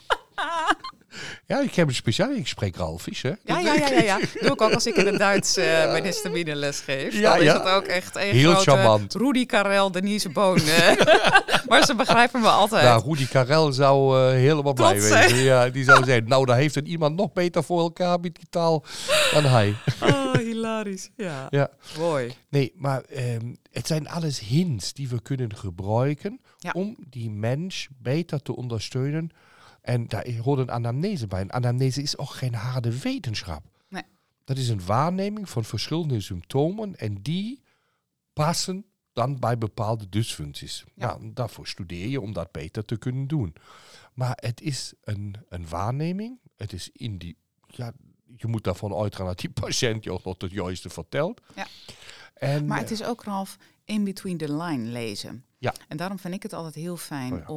Ja, ik heb een speciaal. Ik spreek Ralfisch, hè? Ja, ja, ja, ja, ja. Doe ik ook als ik in het Duits uh, bij histamine les geef. Ja, dan ja. is het ook echt een heel grote charmant. Rudy Karel, Denise Boon. Maar ze begrijpen me altijd. Nou, Rudy Karel zou uh, helemaal blij Tot wezen. Ja, die zou zeggen, nou, daar heeft er iemand nog beter voor elkaar met die taal dan hij. Oh, hilarisch. Ja, ja. Mooi. Nee, maar um, het zijn alles hints die we kunnen gebruiken ja. om die mens beter te ondersteunen. En daar hoort een anamnese bij. Een anamnese is ook geen harde wetenschap. Nee. Dat is een waarneming van verschillende symptomen en die passen dan bij bepaalde dysfuncties. Ja. Nou, daarvoor studeer je om dat beter te kunnen doen. Maar het is een, een waarneming. Het is in die, ja, je moet daarvan uitgaan dat die patiënt je ook nog het juiste vertelt. Ja. En, maar het is ook, Ralf, in between the line lezen. Ja. En daarom vind ik het altijd heel fijn oh ja. om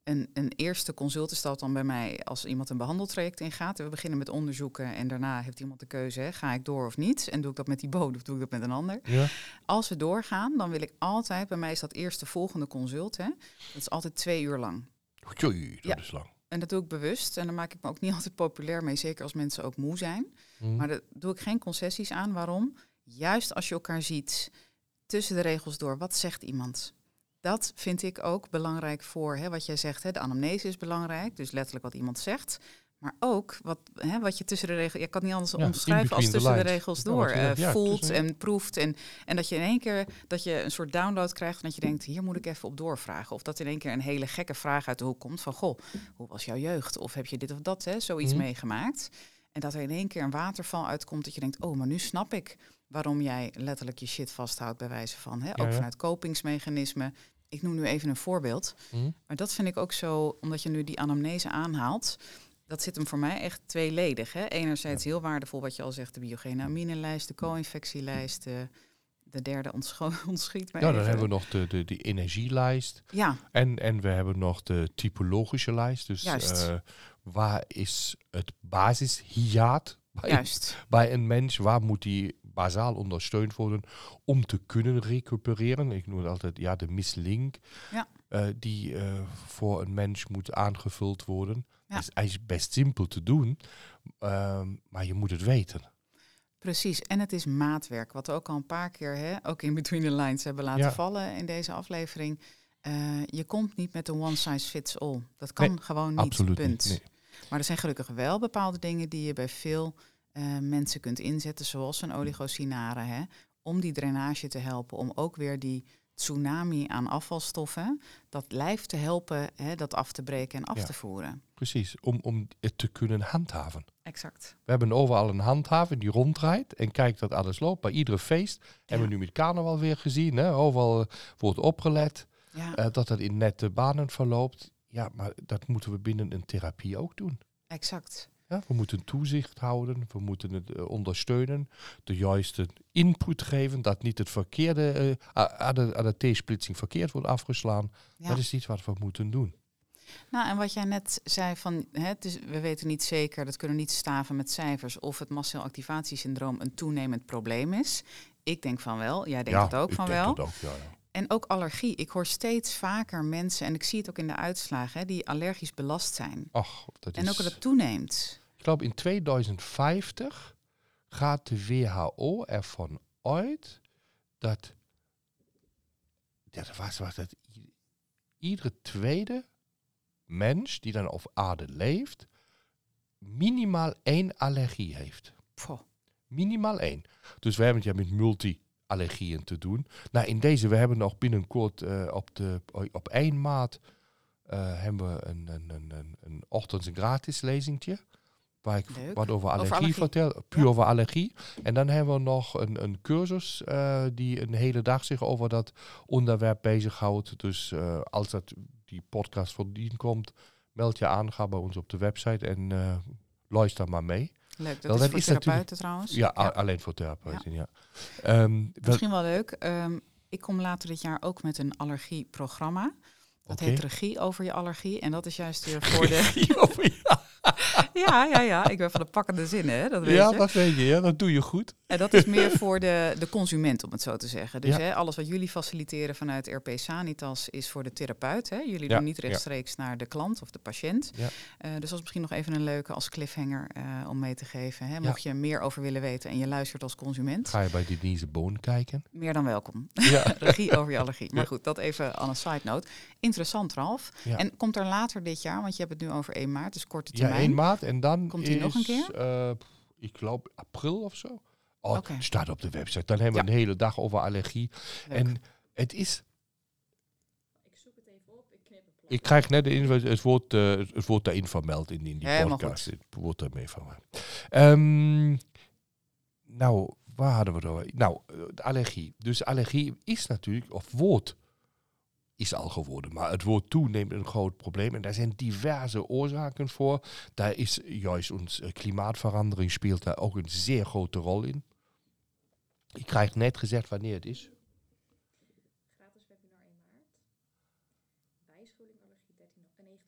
Een, een eerste consult is dat dan bij mij als iemand een behandeltraject ingaat. We beginnen met onderzoeken en daarna heeft iemand de keuze. Hè, ga ik door of niet? En doe ik dat met die bodem of doe ik dat met een ander? Ja. Als we doorgaan, dan wil ik altijd... Bij mij is dat eerste volgende consult. Hè, dat is altijd twee uur lang. Oei, dat Ja. is lang. En dat doe ik bewust. En daar maak ik me ook niet altijd populair mee. Zeker als mensen ook moe zijn. Mm. Maar daar doe ik geen concessies aan. Waarom? Juist als je elkaar ziet, tussen de regels door, wat zegt iemand? Dat vind ik ook belangrijk voor hè, wat jij zegt. Hè, de anamnese is belangrijk, dus letterlijk wat iemand zegt. Maar ook wat, hè, wat je tussen de regels... Je kan het niet anders Ja, omschrijven als in between the tussen de lines. regels Ja, door. wat je eh, zegt, ja, voelt tussen- en proeft. En, en dat je in één keer dat je een soort download krijgt... en dat je denkt, hier moet ik even op doorvragen. Of dat in één keer een hele gekke vraag uit de hoek komt van... goh, hoe was jouw jeugd? Of heb je dit of dat, hè, zoiets Mhm. meegemaakt? En dat er in één keer een waterval uitkomt dat je denkt... oh, maar nu snap ik waarom jij letterlijk je shit vasthoudt bij wijze van. Hè? Ook ja. vanuit kopingsmechanismen. Ik noem nu even een voorbeeld. Mm. Maar dat vind ik ook zo, omdat je nu die anamnese aanhaalt... dat zit hem voor mij echt tweeledig. Hè? Enerzijds heel waardevol wat je al zegt... de biogene aminelijst, de co-infectielijst... de, de derde ontscho- ontschiet mij Ja, dan even. hebben we nog de, de, de energielijst. Ja, En, en we hebben nog de typologische lijst. Dus Juist. eh, waar is het basishiaat bij, juist. bij een mens? Waar moet die basaal ondersteund worden om te kunnen recupereren? Ik noem het altijd ja, de mislink. Ja. eh, die eh, voor een mens moet aangevuld worden. Ja. Dat is eigenlijk best simpel te doen. ehm, maar je moet het weten. Precies, en het is maatwerk. Wat we ook al een paar keer, hè, ook in Between the Lines, hebben laten Ja. vallen in deze aflevering. Uh, je komt niet met een one size fits all. Dat kan Nee, gewoon niet, Absoluut punt. niet. Nee. Maar er zijn gelukkig wel bepaalde dingen die je bij veel uh, mensen kunt inzetten, zoals een oligocinare, hè, om die drainage te helpen, om ook weer die tsunami aan afvalstoffen, dat lijf te helpen, hè, dat af te breken en af Ja. te voeren. Precies, om, om het te kunnen handhaven. Exact. We hebben overal een handhaver die ronddraait en kijkt dat alles loopt. Bij iedere feest Ja. hebben we nu met carnaval weer gezien. Hè? Overal wordt opgelet Ja, uh, dat het in nette banen verloopt. Ja, maar dat moeten we binnen een therapie ook doen. exact. Ja, we moeten toezicht houden, we moeten het uh, ondersteunen, de juiste input geven, dat niet het verkeerde, uh, aan de, aan de T-splitsing verkeerd wordt afgeslaan. Ja. Dat is iets wat we moeten doen. Nou, en wat jij net zei van, hè, het is, we weten niet zeker, dat kunnen we niet staven met cijfers, of het mastcelactivatiesyndroom een toenemend probleem is. Ik denk van wel, jij denkt ja, het ook ik van denk wel. dat ook, ja, ja. En ook allergie. Ik hoor steeds vaker mensen, en ik zie het ook in de uitslagen, hè, die allergisch belast zijn. Ach, dat En is... ook dat het toeneemt. Ik geloof in tweeduizend vijftig gaat de W H O ervan uit dat, ja, dat was, was dat i- iedere tweede mens die dan op aarde leeft, minimaal één allergie heeft. Poh. Minimaal één. Dus we hebben het ja met multi-allergieën te doen. Nou, in deze, we hebben nog binnenkort uh, op, de, op één maart uh, hebben we een, een, een, een, een ochtends een gratis lezingtje. Waar ik Leuk. wat over allergie, Over allergie. vertel, puur Ja. over allergie. En dan hebben we nog een, een cursus uh, die een hele dag zich over dat onderwerp bezighoudt. Dus uh, als dat die podcast van dien komt, meld je aan, ga bij ons op de website en uh, luister maar mee. Leuk, dat Wel, is dat voor is therapeuten trouwens. Ja, a- alleen voor therapeuten, ja. ja. Um, wel, Misschien wel leuk. Um, ik kom later dit jaar ook met een allergieprogramma. Dat Oké. heet Regie over je allergie. En dat is juist weer voor de... ja, ja, ja, ja. Ik ben van de pakkende zinnen, hè? Dat weet ja, je. dat weet je. Ja, dat doe je goed. En dat is meer voor de, de consument, om het zo te zeggen. Dus Ja. hè, alles wat jullie faciliteren vanuit R P Sanitas is voor de therapeut. Hè? Jullie Ja, doen niet rechtstreeks naar de klant of de patiënt. Ja. Uh, dus dat is misschien nog even een leuke als cliffhanger uh, om mee te geven. Hè? Mocht Ja. je meer over willen weten en je luistert als consument, Ga je bij Denise Boon kijken? meer dan welkom. Ja. Regie over je allergie. Maar Ja. goed, dat even aan een side note. Interessant, Ralf. Ja. En komt er later dit jaar, want je hebt het nu over één maart, dus korte Ja, termijn. één maand en dan Komt die is, nog een keer? Uh, ik geloof april of zo. Oh, Oké. het staat op de website. Dan hebben we Ja. een hele dag over allergie. Leuk. En het is... Ik zoek het even op, ik knip het plat. Ik krijg net de info, het wordt, uh, het wordt daarin vermeld in, in die Helemaal podcast. goed. Het wordt daarmee vermeld. Um, nou, waar hadden we het over? Nou, uh, de allergie. Dus allergie is natuurlijk, of wordt, is al geworden. Maar het wordt toenemend een groot probleem. En daar zijn diverse oorzaken voor. Daar is juist ons uh, klimaatverandering speelt daar ook een zeer grote rol in. Ik krijg net gezegd wanneer het is. Gratis webinar in maart. Bijscholing allergie dertien,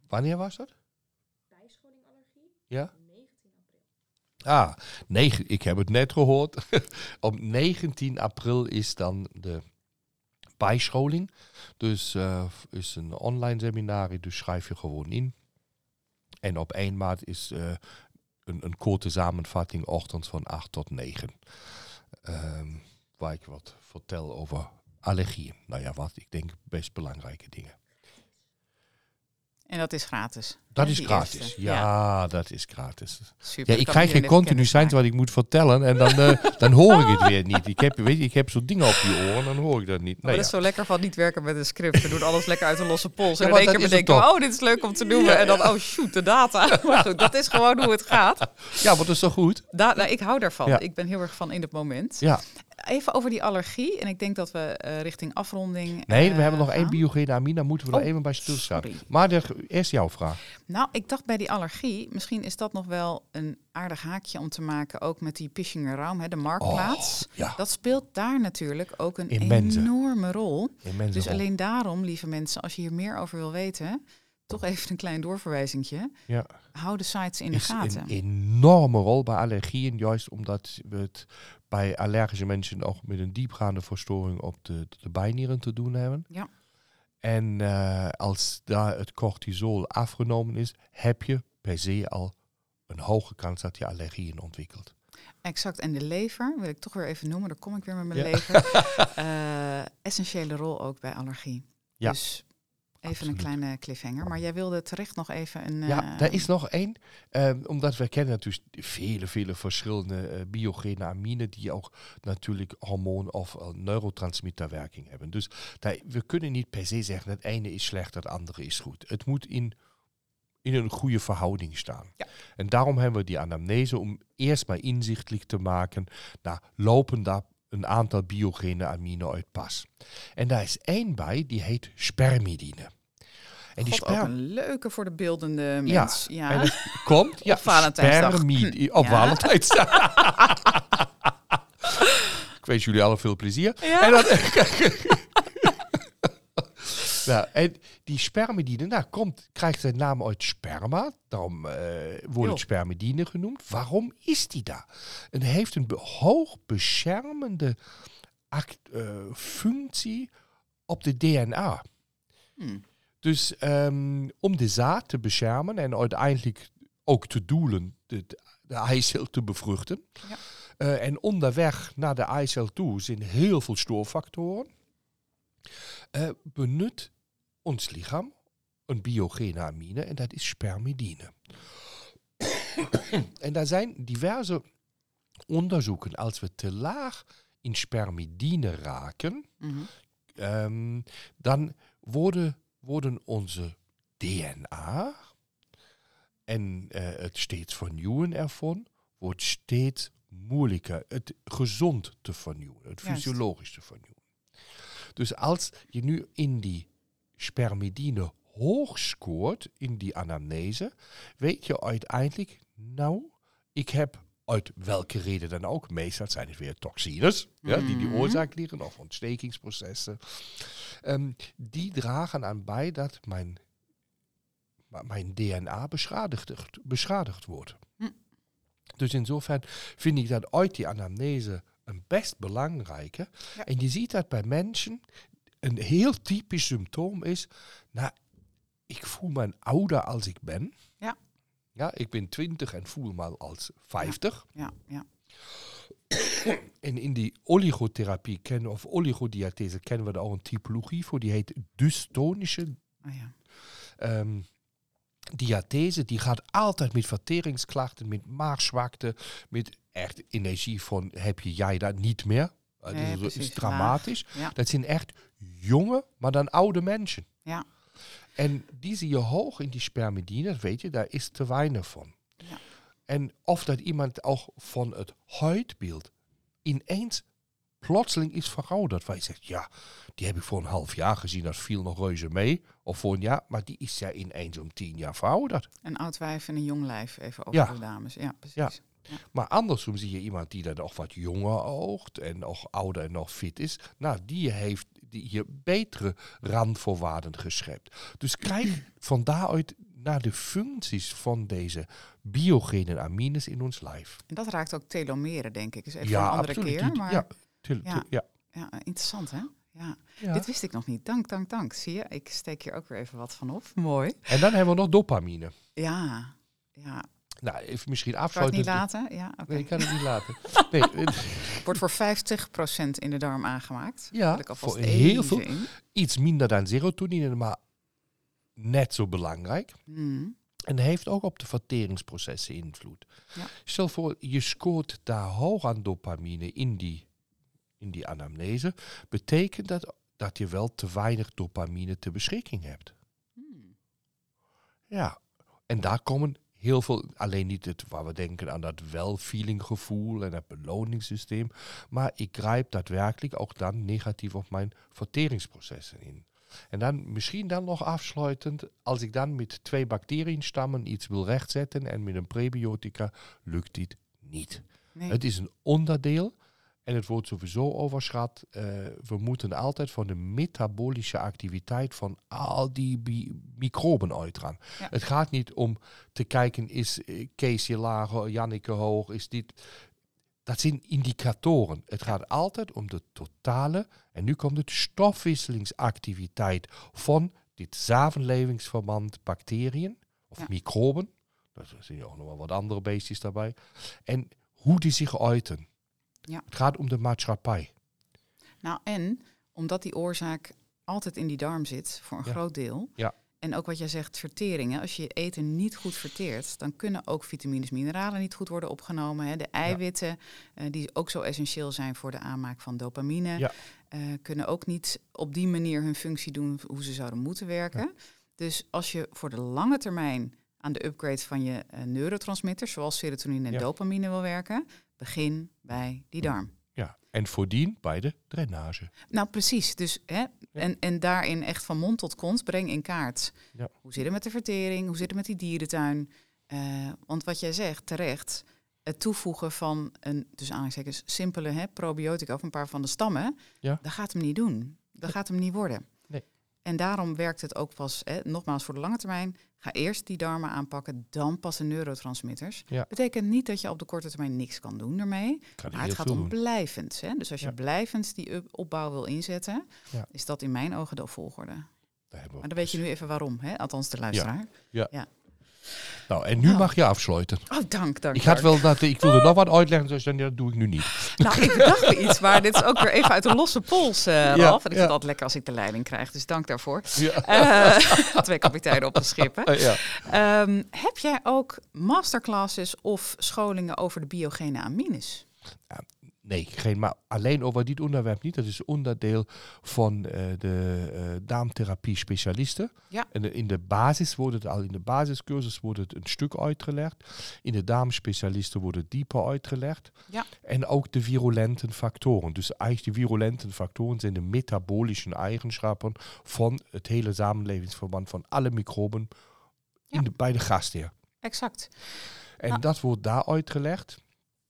Wanneer was dat? Bijscholing allergie? Ja? negentien april. Ah, negen, ik heb het net gehoord. Op negentien april is dan de bijscholing. Dus uh, is een online seminar, dus schrijf je gewoon in. En op één maart is uh, een, een korte samenvatting ochtends van acht tot negen. Um, waar ik wat vertel over allergieën. Nou ja, wat ik denk best belangrijke dingen. En dat is gratis. Dat hè, is die gratis. eerste. Ja, Ja, dat is gratis. super. Ja, ik Dan krijg kan geen iedereen even continu kennis zijn maken. wat ik moet vertellen en dan, uh, dan hoor ik het weer niet. Ik heb, weet je, ik heb zo'n dingen op je oren, dan hoor ik dat niet. Maar Nee, dat is ja. zo lekker van niet werken met een script. We doen alles lekker uit de losse pols. Ja, En maar in één dat keer is het bedenken we, toch. oh, dit is leuk om te doen. En dan, oh shoot, de data. Maar goed, dat is gewoon hoe het gaat. Ja, maar dat is toch goed? Da- nou, ik hou daarvan. Ja. Ik ben heel erg van in het moment. Ja. Even over die allergie. En ik denk dat we uh, richting afronding Nee, uh, we hebben nog gaan. één biogene amine, daar moeten we nog Oh, even bij stilstaan. sorry. Maar de, eerst jouw vraag. Nou, ik dacht bij die allergie, misschien is dat nog wel een aardig haakje om te maken, ook met die Pischinger-Raum, hè, de marktplaats. Oh, ja. Dat speelt daar natuurlijk ook een Immense. enorme rol. Immense Dus rol. alleen daarom, lieve mensen, als je hier meer over wil weten, toch even een klein doorverwijzingje. Ja. Hou de sites in de Is gaten. een enorme rol bij allergieën, juist omdat we het bij allergische mensen ook met een diepgaande verstoring op de, de bijnieren te doen hebben. Ja. En uh, als daar het cortisol afgenomen is, heb je per se al een hoge kans dat je allergieën ontwikkelt. Exact. En de lever, wil ik toch weer even noemen, daar kom ik weer met mijn Ja. lever. Uh, essentiële rol ook bij allergie. Ja. Dus even Absoluut. een kleine cliffhanger. Maar jij wilde terecht nog even een... Ja, uh, er is nog één. Uh, omdat we kennen natuurlijk vele, vele verschillende uh, biogene aminen die ook natuurlijk hormoon- of uh, neurotransmitterwerking hebben. Dus daar, we kunnen niet per se zeggen het ene is slecht, het andere is goed. Het moet in, in een goede verhouding staan. Ja. En daarom hebben we die anamnese om eerst maar inzichtelijk te maken. Nou, lopen daar een aantal biogene aminen uit pas. En daar is één bij, die heet spermidine. En die God, sper- ook een leuke voor de beeldende mens. Ja, Ja. En het komt ja, Op Valentijnsdag. spermidine. Op Ja. Valentijnsdag. Ik wens jullie allen veel plezier. Ja. En, dat, nou, en die spermidine nou, komt, krijgt zijn naam uit sperma. Daarom uh, wordt Jo. het spermidine genoemd. Waarom is die daar? En hij heeft een be- hoog beschermende act, uh, functie op de D N A. Hmm. Dus um, om de zaad te beschermen en uiteindelijk ook te doelen de, de eicel te bevruchten. Ja. Uh, en onderweg naar de eicel toe zijn heel veel stoorfactoren. Uh, benut ons lichaam een biogene amine en dat is spermidine. En daar zijn diverse onderzoeken. Als we te laag in spermidine raken, Mm-hmm. um, dan worden... worden onze D N A en uh, het steeds vernieuwen ervan wordt steeds moeilijker. Het gezond te vernieuwen, het Juist. fysiologisch te vernieuwen. Dus als je nu in die spermidine hoog scoort, in die anamnese, weet je uiteindelijk, nou, ik heb uit welke reden dan ook, meestal zijn het weer toxines, ja, die die oorzaak liggen, of ontstekingsprocessen. Um, die dragen aan bij dat mijn, mijn D N A beschadigd, beschadigd wordt. Hm. Dus insofern vind ik dat uit die anamnese een best belangrijke. Ja. En je ziet dat bij mensen een heel typisch symptoom is, nou, ik voel me ouder als ik ben. Ja. Ja, ik ben twintig en voel me als vijftig. Ja, ja. En in die oligotherapie kennen, of oligodiathese kennen we daar ook een typologie voor. Die heet dystonische Oh, ja. um, diathese. Die gaat altijd met verteringsklachten, met maagzwakte, met echt energie van heb je jij dat niet meer. Uh, Nee, dat is, precies, is dramatisch. Ja. Dat zijn echt jonge, maar dan oude mensen. Ja. En die zie je hoog in die spermidine, dat weet je, daar is te weinig van. Ja. En of dat iemand ook van het huidbeeld ineens plotseling is verouderd. Waar je zegt, ja, die heb ik voor een half jaar gezien, dat viel nog reuze mee. Of voor een jaar, maar die is ja ineens om tien jaar verouderd. Een oud wijf en een jong lijf, even over Ja. de dames. Ja, precies. Ja. Maar andersom zie je iemand die dan nog wat jonger oogt en nog ouder en nog fit is. Nou, die heeft die hier betere randvoorwaarden geschept. Dus krijg van daaruit naar de functies van deze biogene amines in ons lijf. En dat raakt ook telomeren, denk ik. Dus even Ja, voor een andere absoluut. keer. Die- Maar ja, til- Ja. til- ja. ja, interessant hè? Ja. Ja. Dit wist ik nog niet. Dank, dank, dank. Zie je? Ik steek hier ook weer even wat van op. Mooi. En dan hebben we nog dopamine. Ja, ja. Nou, even misschien Kan ik het afsluiten. niet laten? Ja, oké. Nee, ik kan het niet laten. Nee, het- Wordt voor vijftig procent in de darm aangemaakt. ja, Wil ik alvast voor heel even veel. in. Iets minder dan serotonine, maar net zo belangrijk. Hmm. En heeft ook op de verteringsprocessen invloed. Ja. Stel voor, je scoort daar hoog aan dopamine in die, in die anamnese. Betekent dat dat je wel te weinig dopamine ter beschikking hebt. Hmm. Ja, en daar komen heel veel, alleen niet het, waar we denken aan dat wel-feeling gevoel en het beloningssysteem, maar ik grijp daadwerkelijk ook dan negatief op mijn verteringsprocessen in. En dan misschien dan nog afsluitend, als ik dan met twee bacteriënstammen iets wil rechtzetten en met een prebiotica, lukt dit niet. Nee. Het is een onderdeel en het wordt sowieso overschat. Uh, we moeten altijd van de metabolische activiteit van al die bi- microben uitgaan. Ja. Het gaat niet om te kijken, is uh, Keesje lager, Janneke hoog, is dit... Dat zijn indicatoren. Het gaat altijd om de totale, en nu komt het stofwisselingsactiviteit van dit samenlevingsverband bacteriën of Ja. microben. Er zijn ook nog wel wat andere beestjes daarbij. En hoe die zich uiten. Ja. Het gaat om de maatschappij. Nou, en omdat die oorzaak altijd in die darm zit, voor een Ja. groot deel. Ja. En ook wat jij zegt, verteringen. Als je je eten niet goed verteert, dan kunnen ook vitamines, mineralen niet goed worden opgenomen. Hè. De eiwitten, uh, die ook zo essentieel zijn voor de aanmaak van dopamine, Ja. uh, kunnen ook niet op die manier hun functie doen hoe ze zouden moeten werken. Ja. Dus als je voor de lange termijn aan de upgrade van je uh, neurotransmitters, zoals serotonine en Ja. dopamine wil werken, begin bij die darm. Ja. En voordien bij de drainage. Nou, precies. Dus, hè, en, en daarin echt van mond tot kont breng in kaart. Ja. Hoe zit het met de vertering? Hoe zit het met die dierentuin? Uh, want wat jij zegt, terecht, het toevoegen van een, dus aanhalingstekens, simpele hè, probiotica of een paar van de stammen, Ja. dat gaat hem niet doen. Dat Nee. gaat hem niet worden. Nee. En daarom werkt het ook pas, hè, nogmaals voor de lange termijn, ga eerst die darmen aanpakken, dan pas de neurotransmitters. Ja. Betekent niet dat je op de korte termijn niks kan doen ermee. Kan Maar heel het gaat veel om doen. blijvend. Hè? Dus als je Ja. blijvend die up- opbouw wil inzetten, Ja. is dat in mijn ogen de volgorde. Daar hebben we Maar dan weet je nu even waarom, hè? Althans de luisteraar. Nou, en nu Nou. mag je afsluiten. Oh, dank, dank. Ik, had dank. wel dat, ik wilde nog wat uitleggen, dus dan, dat doe ik nu niet. Nou, ik bedacht me iets, maar dit is ook weer even uit de losse pols, uh, Ralf. Ja, en ik vind ja. het altijd lekker als ik de leiding krijg, dus dank daarvoor. Ja. Uh, twee kapiteinen op een schip, hè? Uh, ja. Um, heb jij ook masterclasses of scholingen over de biogene amines? Nee, geen, maar alleen over dit onderwerp niet. Dat is onderdeel van uh, de uh, darmtherapie specialisten. Ja. En in de basis wordt het al in de basiscursus wordt het een stuk uitgelegd. In de darmspecialisten wordt het dieper uitgelegd. Ja. En ook de virulenten factoren. Dus eigenlijk de virulenten factoren zijn de metabolische eigenschappen van het hele samenlevingsverband van alle microben Ja. in de, bij de gastheer. Exact. En Nou. dat wordt daar uitgelegd.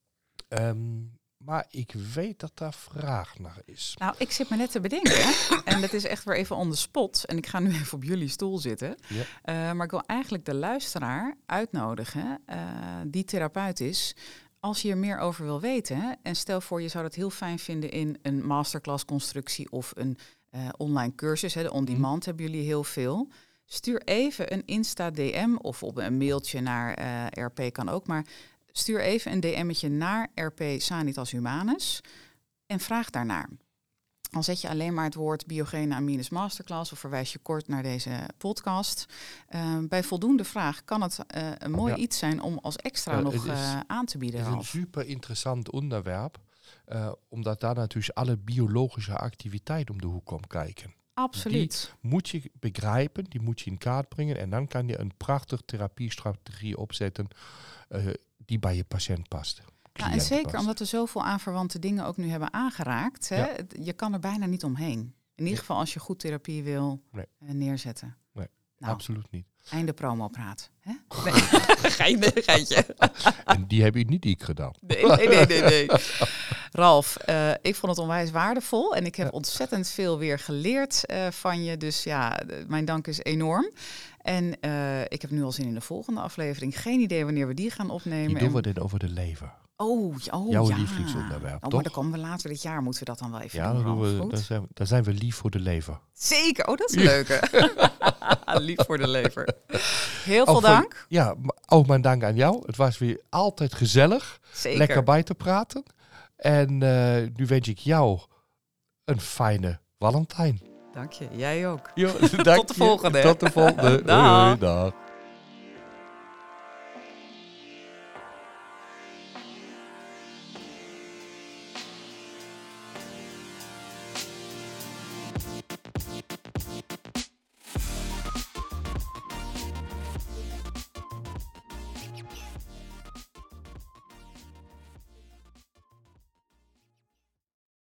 Um, Maar ik weet dat daar vraag naar is. Nou, ik zit me net te bedenken. En dat is echt weer even on the spot. En ik ga nu even op jullie stoel zitten. Ja. Uh, maar ik wil eigenlijk de luisteraar uitnodigen, uh, die therapeut is. Als je er meer over wil weten, en stel voor je zou dat heel fijn vinden in een masterclass constructie of een uh, online cursus. Hè, de on-demand mm. hebben jullie heel veel. Stuur even een Insta-D M of op een mailtje naar uh, R P kan ook, maar stuur even een D M'tje naar R P Sanitas Humanus en vraag daarnaar. Dan zet je alleen maar het woord biogene amines masterclass of verwijs je kort naar deze podcast. Uh, bij voldoende vraag kan het uh, een mooi ja. iets zijn om als extra uh, nog is, uh, aan te bieden. Het is een super interessant onderwerp, uh, omdat daar natuurlijk alle biologische activiteit om de hoek komt kijken. Absoluut. Die moet je begrijpen, die moet je in kaart brengen en dan kan je een prachtige therapiestrategie opzetten uh, die bij je patiënt past. Ja, en zeker past. Omdat we zoveel aanverwante dingen ook nu hebben aangeraakt. Hè? Ja. Je kan er bijna niet omheen. In ieder nee. geval als je goed therapie wil nee. uh, neerzetten. Nee, nou, absoluut niet. Einde promopraat. Hè? Nee. Geintje, geintje. En die heb je niet ik gedaan. Nee, nee, nee, nee. nee. Ralf, uh, ik vond het onwijs waardevol. En ik heb ontzettend veel weer geleerd uh, van je. Dus ja, mijn dank is enorm. En uh, ik heb nu al zin in de volgende aflevering. Geen idee wanneer we die gaan opnemen. Die doen en... we dit over de lever. Oh, oh Jouw ja. lievelingsonderwerp, oh, toch? Maar dan komen we later dit jaar, moeten we dat dan wel even ja, doen. dan, doen we, Goed. dan, zijn we, dan zijn we lief voor de lever. Zeker, oh dat is een leuke. Lief voor de lever. Heel veel ook dank. Voor, ja, ook mijn dank aan jou. Het was weer altijd gezellig. Zeker. Lekker bij te praten. En uh, nu wens ik jou een fijne Valentijn. Dank je, jij ook. Jo, dank Tot de volgende. Je. Tot de volgende. Dag. Hoi, hoi, dag.